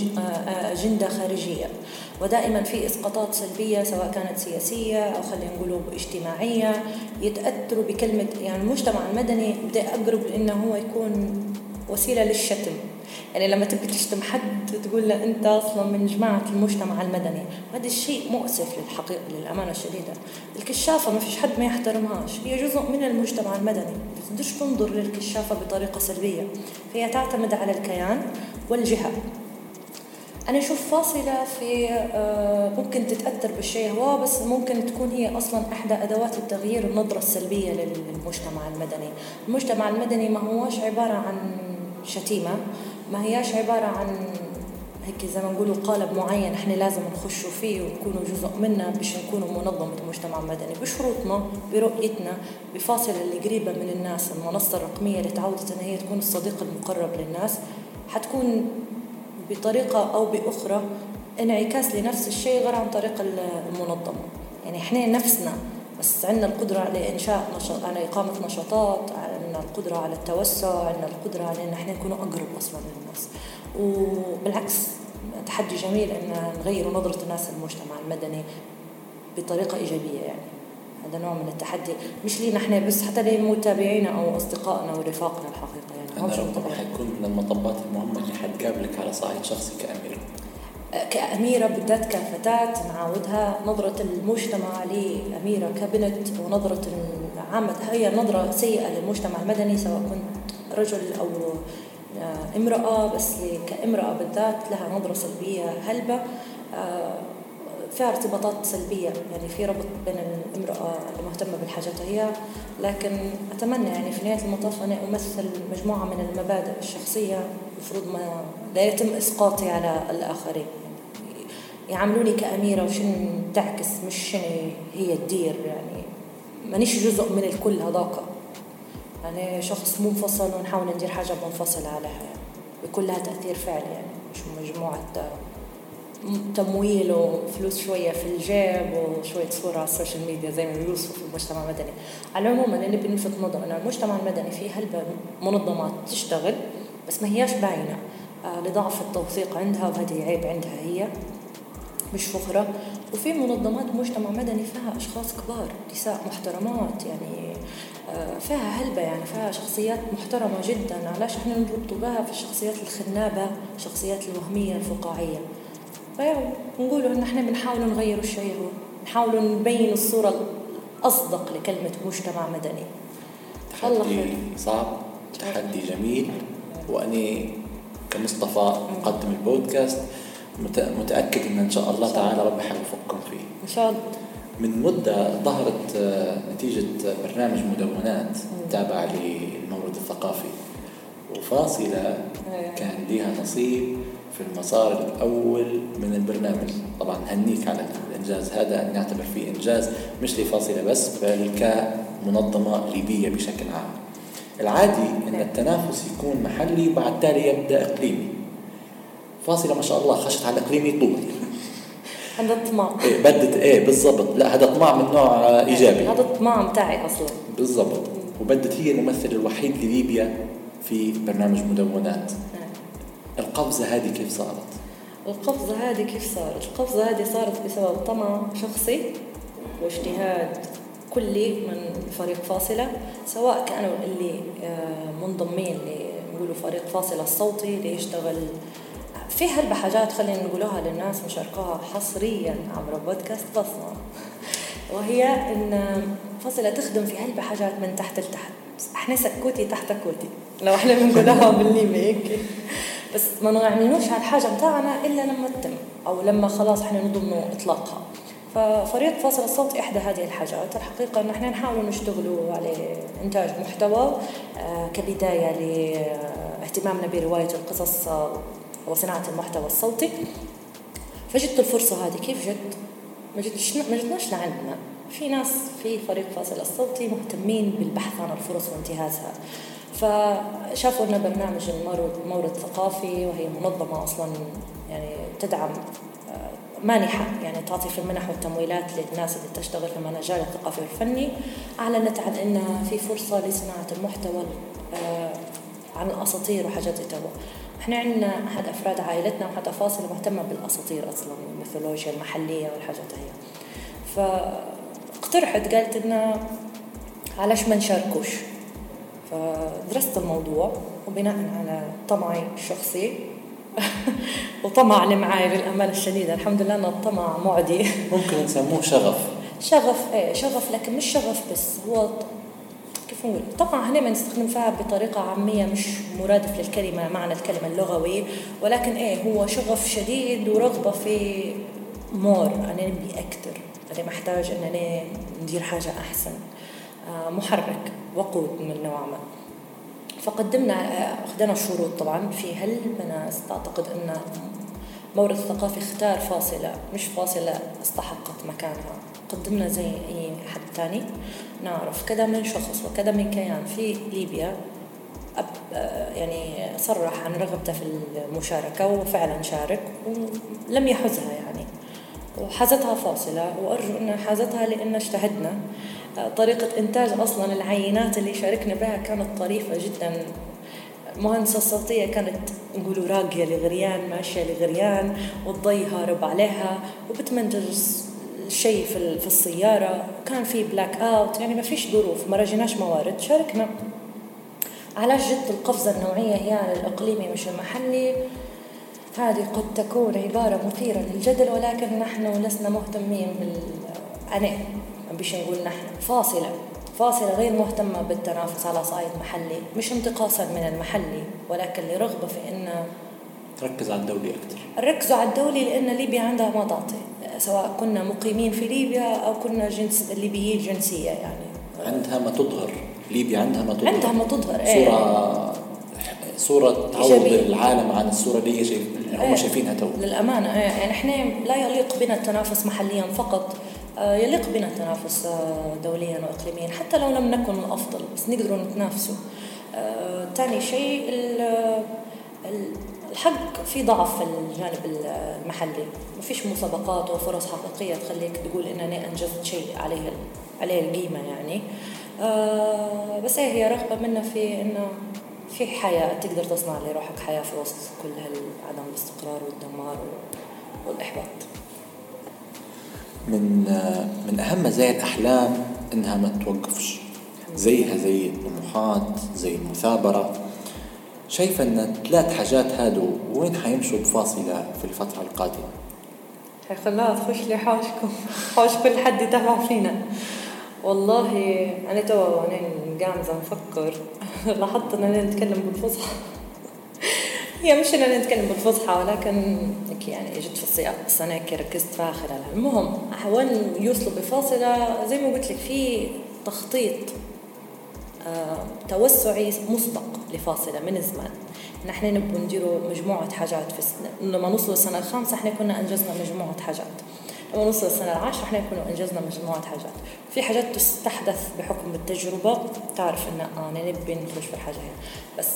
وأجندة خارجية، ودائما في إسقاطات سلبية سواء كانت سياسية أو خلينا نقوله اجتماعية يتأثروا بكلمة. يعني المجتمع المدني بدأ أقرب لأنه هو يكون وسيلة للشتم. يعني لما تبي تشتم حد تقول له أنت أصلا من جماعة المجتمع المدني، هذا الشيء مؤسف للحقيقة للأمانة الشديدة. الكشافة ما فيش حد ما يحترمهاش، هي جزء من المجتمع المدني، بدش تنظر للكشافة بطريقة سلبية، فهي تعتمد على الكيان والجهة. أنا أشوف فاصلة في ممكن تتأثر بالشيء هو، بس ممكن تكون هي أصلا إحدى أدوات التغيير النظرة السلبية للمجتمع المدني. المجتمع المدني ما هوش عبارة عن شتيمة، ما هياش عبارة عن هيك زي ما نقولوا قالب معين احنا لازم نخشوا فيه ونكونوا جزء منه باش نكونوا منظمة مجتمع مدني. بشروطنا برؤيتنا بفاصلة اللي قريبة من الناس، المنصة الرقمية اللي تعودت ان هي تكون الصديق المقرب للناس، حتكون بطريقة او باخرى انعكاس لنفس الشيء غير عن طريق المنظمة. يعني احنا نفسنا بس عندنا القدرة على إنشاء نشاط، على إقامة نشاطات، عندنا القدرة على التوسع، عندنا القدرة على إن إحنا نكون أقرب أصلاً للناس. وبالعكس تحدي جميل إن نغير نظرة الناس للمجتمع المدني بطريقة إيجابية. يعني هذا نوع من التحدي مش لينا إحنا بس، حتى لمتابعينا أو أصدقائنا ورفاقنا الحقيقة. يعني هذا ربما حيكون من المطبات المهمة اللي حتقابلك على صعيد شخصي كأميرة. كأميرة بالذات كفتاة نعاودها نظرة المجتمع لأميرة كبنت، ونظرة عامة هي نظرة سيئة للمجتمع المدني سواء كنت رجل أو امرأة، بس كامرأة بالذات لها نظرة سلبية هلبة فيها ارتباطات سلبية. يعني في ربط بين الامرأة المهتمة بالحاجات هي، لكن أتمنى يعني في نهاية المطاف أنا أمثل مجموعة من المبادئ الشخصية المفروض ما لا يتم إسقاطي على الآخرين. يعاملوني كأميرة وشن تعكس مش شن هي الدير، يعني مانيش جزء من الكل هذاك. أنا شخص منفصل ونحاول ندير حاجة منفصلة عليها، يعني بيكون لها تأثير فعلي، يعني مش مجموعة تمويل وفلوس شوية في الجيب وشوية صورة على السوشيال ميديا زي ما بيوصفوا في المجتمع المدني. على العموم أنا نبي نلفت نظر أن المجتمع المدني فيه هلبة منظمات تشتغل بس ما هياش باينة آه لضعف التوثيق عندها، وهذه عيب عندها هي مش فخرة. وفي منظمات مجتمع مدني فيها أشخاص كبار، نساء محترمات، يعني آه فيها هلبة، يعني فيها شخصيات محترمة جدا. علاش احنا نربطوا بها في الشخصيات الخنابة، الشخصيات الوهمية الفقاعية؟ نقولوا ان احنا بنحاول نغير الشيء، هو نحاول نبين الصورة الأصدق لكلمة مجتمع مدني. تحدي صعب، تحدي جميل، وأني كمصطفى مقدم البودكاست متأكد ان ان شاء الله تعالى ربي حيوفقكم فيه ان شاء الله. من مدة ظهرت نتيجة برنامج مدونات تابع للمورد الثقافي، وفاصلة كان لها نصيب في المسار الأول من البرنامج. طبعا هنيك على الإنجاز هذا، نعتبر فيه إنجاز مش لفاصلة بس بل كمنظمة ليبية بشكل عام. العادي أن التنافس يكون محلي وبعد تالي يبدأ إقليمي. فاصلة ما شاء الله خشت على إقليمي طول. هذا الطمع. إيه بدت إيه بالضبط. لا هذا طمع من نوع إيجابي. هذا الطمع متاعي أصلا. بالضبط. وبدت هي الممثل الوحيد لليبيا في برنامج مدونات. القفزة هذه كيف صارت؟ القفزة هذه كيف صارت؟ القفزة هذه صارت بسبب طمع شخصي واجتهاد كلي من فريق فاصلة، سواء كانوا اللي منضمين لنقولوا فريق فاصلة الصوتي اللي يشتغل في هلبة حاجات خلينا نقولوها للناس نشاركوها حصريا عبر بودكاست بصمة، وهي إن فاصلة تخدم في هلبة حاجات من تحت لتحت. احنا سكوتي تحت كوتي لو احنا بنقولها بالليبي هيك، بس ما نعملوش هالحاجة متاعنا إلا لما تتم أو لما خلاص احنا نضمن إطلاقها. ففريق فاصل الصوت إحدى هذه الحاجات. الحقيقة إن احنا نحاول نشتغلوا على إنتاج محتوى كبداية لاهتمامنا برواية القصص وصناعة المحتوى الصوتي. فجدت الفرصة هذه. كيف جد؟ ما جدتش ما جدناش لعندنا في ناس في فريق فاصل الصوتي مهتمين بالبحث عن الفرص وانتهازها، فشافوا لنا برنامج المورد الثقافي، وهي منظمة أصلا يعني تدعم مانحة يعني تعطي في المنح والتمويلات للناس اللي تشتغل في المجال الثقافي والفني. أعلنت عن أن في فرصة لصناعة المحتوى عن الأساطير وحاجات توا. احنا عندنا أحد أفراد عائلتنا وحتى فاصل مهتمة بالأساطير أصلا والميثولوجيا المحلية والحاجات هي، فاقترحت قالت إنه علاش ما نشاركوش. فدرست الموضوع وبناء على طمعي الشخصي وطمع اللي معاي للأمانة الشديدة، الحمد لله أن الطمع معدي. ممكن نسموه شغف. شغف ايه شغف، لكن مش شغف بس، هو كيف نقول طبعا هنا ما نستخدم فيها بطريقة عامية مش مرادف للكلمة معنى الكلمة اللغوي، ولكن ايه هو شغف شديد ورغبة في مور. أنا نبي أكتر، أنا محتاج أن أنا ندير حاجة أحسن، آه محرك وقود من نوع ما. فقدمنا أخذنا شروط طبعا في هل ناس تعتقد أن مورد الثقافي اختار فاصلة مش فاصلة استحقت مكانها. قدمنا زي أي حد تاني نعرف كذا من شخص وكذا من كيان في ليبيا أب يعني صرح عن رغبته في المشاركة وفعلا شارك ولم يحزها يعني، وحازتها فاصلة. وأرجو أن حازتها لأن اجتهدنا. طريقة إنتاج أصلا العينات اللي شاركنا بها كانت طريفة جدا. المهندسة الصوتية كانت نقولوا راقية لغريان ماشية لغريان والضي هارب عليها وبتمنتج الشيء في في السيارة، كان في بلاك أوت يعني ما فيش ظروف، ما رجيناش موارد، شاركنا. علاش جت القفزة النوعية هي الإقليمي مش المحلي؟ هذه قد تكون عبارة مثيرة للجدل، ولكن نحن لسنا مهتمين بال أنا بيش نقول نحن فاصلة فاصلة غير مهتمة بالتنافس على صعيد محلي، مش انتقاصا من المحلي ولكن لرغبة في أن تركز على الدولي أكثر. ركزوا على الدولي لأن ليبيا عندها ما تعطي، سواء كنا مقيمين في ليبيا أو كنا جنس ليبيين جنسية يعني. عندها ما تظهر ليبيا، عندها ما تظهر عندها ما تظهر صورة صورة تعوض العالم عن الصورة اللي شايف هم ايه شايفينها تو. للأمانة ايه يعني احنا لا يليق بنا التنافس محليا فقط، يليق بنا التنافس دوليا وإقليميا حتى لو لم نكن الأفضل، بس نقدروا نتنافسوا. ثاني شيء الحق في ضعف في الجانب المحلي، ما فيش مسابقات وفرص حقيقية تخليك تقول إن أنا أنجزت شيء عليه عليه القيمة يعني. بس هي هي رغبة منا في إنه في حياة تقدر تصنع لروحك حياة في وسط كل هالعدم الاستقرار والدمار والإحباط. من من أهم مزايا الأحلام إنها ما توقفش، زيها زي الطموحات زي المثابرة. شايفة أن ثلاث حاجات هادو وين حيمشوا بفاصلة في الفترة القادمة؟ خلاها تخش لي حوشكم حوش كل حد يتابع فينا. والله أنا توا وأنا قاعدة نفكر لاحظت أن أنا نتكلم بالفصحى هي مش إننا نتكلم بالفصحى، ولكن يعني جيت في السياق، بس أنا كي ركزت فيها خلالها. المهم وين يوصلوا بفاصلة زي ما قلت لك في تخطيط آه، توسعي مسبق لفاصلة من الزمان. نحن نبغى نديروا مجموعة حاجات في السنة، لما نوصل السنة الخامسة احنا كنا أنجزنا مجموعة حاجات، لما نوصل السنة العاشرة احنا كنا أنجزنا مجموعة حاجات. في حاجات تستحدث بحكم التجربة، تعرف إن أنا نبي نخش في الحاجة هي، بس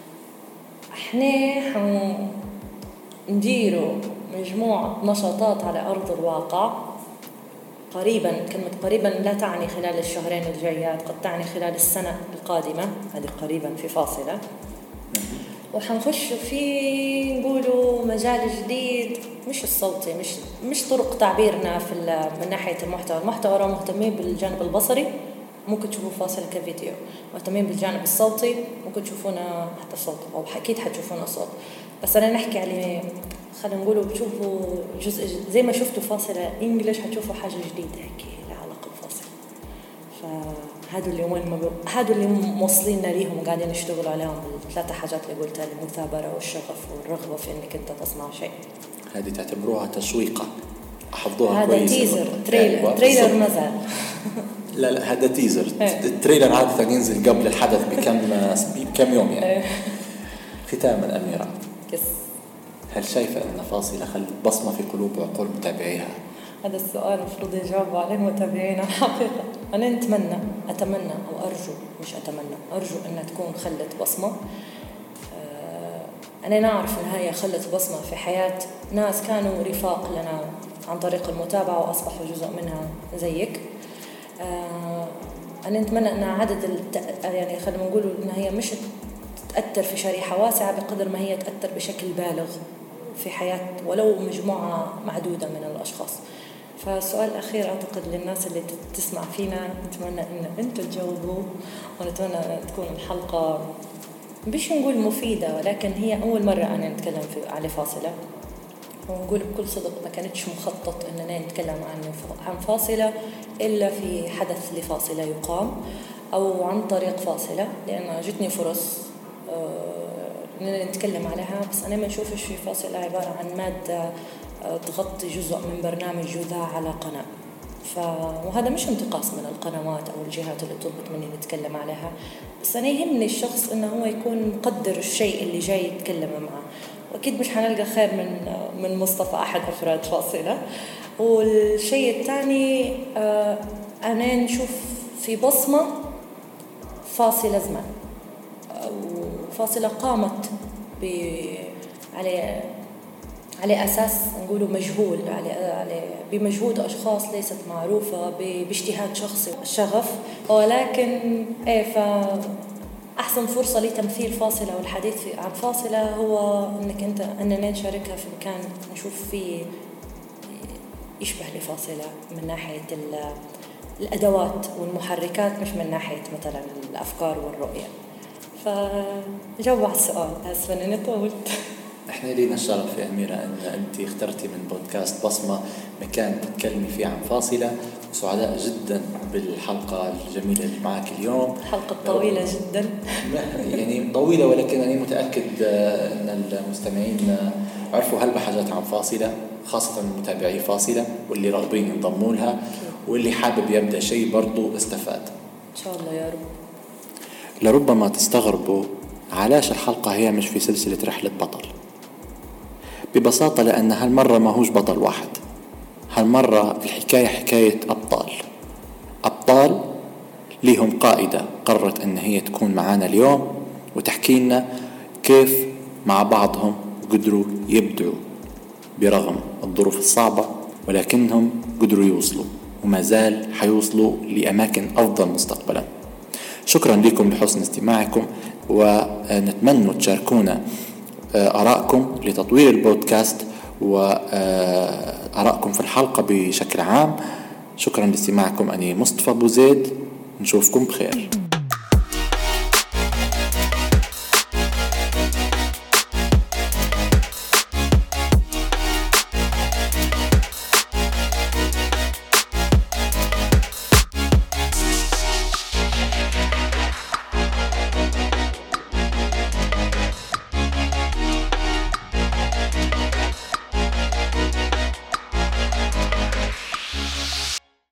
احنا نديروا مجموعة نشاطات على أرض الواقع قريبا. كلمة قريبا لا تعني خلال الشهرين الجايات، قد تعني خلال السنة القادمة، هذه قريبا في فاصلة. وحنخش في نقولوا مجال جديد، مش الصوتي، مش مش طرق تعبيرنا في من ناحية المحتوى. المحتوى راه مهتمين بالجانب البصري، ممكن تشوفوا فاصلة كفيديو. مهتمين بالجانب الصوتي، ممكن تشوفونا حتى صوت، أو أكيد حتشوفونا صوت. بس أنا نحكي على خلينا نقولوا بتشوفوا جزء زي ما شفتوا فاصلة إنجليش، حتشوفوا حاجة جديدة هيك لها علاقة بفاصلة. فهذا اللي وين ما هذا اللي موصليننا ليهم وقاعدين نشتغل عليهم بالثلاثة حاجات اللي قلتها: المثابرة والشغف والرغبة في إنك أنت تصنع شيء. هذه تعتبروها تشويقة، أحفظوها كويس. هذا تيزر، تريلر تريلر مازال. لا لا هذا تيزر. التريلر عادة ينزل قبل الحدث بكم بكم يوم يعني. ختاما أميرة، هل شايفة أن فاصلة خلت بصمة في قلوب وعقول متابعيها؟ هذا السؤال المفروض يجاوبوا عليه متابعينا الحقيقة. أنا أتمنى أتمنى أو أرجو، مش أتمنى أرجو أنها تكون خلت بصمة. أنا نعرف أنها هي خلت بصمة في حياة ناس كانوا رفاق لنا عن طريق المتابعة وأصبحوا جزء منها زيك. أنا أتمنى أن عدد الت... يعني خلينا نقول أن هي مش تأثر في شريحة واسعة بقدر ما هي تأثر بشكل بالغ في حياة ولو مجموعة معدودة من الأشخاص. فالسؤال الأخير أعتقد للناس اللي تسمع فينا، نتمنى أن أنتوا تجاوبوا، ونتمنى أن تكون الحلقة مش نقول مفيدة، ولكن هي أول مرة أنا نتكلم في على فاصلة، ونقول بكل صدق ما كانتش مخطط أننا نتكلم عن عن فاصلة إلا في حدث لفاصلة يقام أو عن طريق فاصلة، لأن جتني فرص أننا نتكلم عليها، بس أنا ما أشوفش في فاصلة عبارة عن مادة تغطي جزء من برنامج يذاع على قناة. ف... وهذا مش انتقاص من القنوات أو الجهات اللي طلبت مني نتكلم عليها، بس أنا يهمني الشخص إنه هو يكون مقدر الشيء اللي جاي يتكلم معه. وأكيد مش هنلقى خير من من مصطفى أحد أفراد فاصلة. والشيء الثاني آه أنا نشوف في بصمة فاصلة زمان، فاصلة قامت ب على على أساس نقوله مجهول، على على بمجهود أشخاص ليست معروفة، باجتهاد شخصي الشغف. ولكن إيه فأحسن فرصة لتمثيل فاصلة والحديث عن فاصلة هو إنك أنت أننا نشاركها في مكان نشوف فيه يشبه لفاصلة من ناحية الأدوات والمحركات، مش من ناحية مثلا الأفكار والرؤية. فجاوب على السؤال، أسفة إني طولت. احنا لينا الشرف يا أميرة أن أنت اخترتي من بودكاست بصمة مكان تتكلمي فيه عن فاصلة، وسعداء جدا بالحلقة الجميلة اللي معك اليوم. حلقة طويلة جدا يعني طويلة، ولكن أنا متأكد أن المستمعين عرفوا هل بحاجات عن فاصلة، خاصة متابعي فاصلة واللي راغبين ينضموا لها، واللي حابب يبدأ شيء برضو استفاد إن شاء الله يا رب. لربما تستغربوا علاش الحلقة هي مش في سلسلة رحلة بطل. ببساطة لأن هالمرة ما هوش بطل واحد، هالمرة الحكاية حكاية أبطال أبطال ليهم قائدة قررت أن هي تكون معانا اليوم وتحكي لنا كيف مع بعضهم قدروا يبدعوا برغم الظروف الصعبة، ولكنهم قدروا يوصلوا وما زال حيوصلوا لأماكن أفضل مستقبلا. شكرا لكم لحسن استماعكم، ونتمنى تشاركونا آراءكم لتطوير البودكاست وآراءكم في الحلقة بشكل عام. شكرا لاستماعكم. أنا مصطفى أبو زيد، نشوفكم بخير.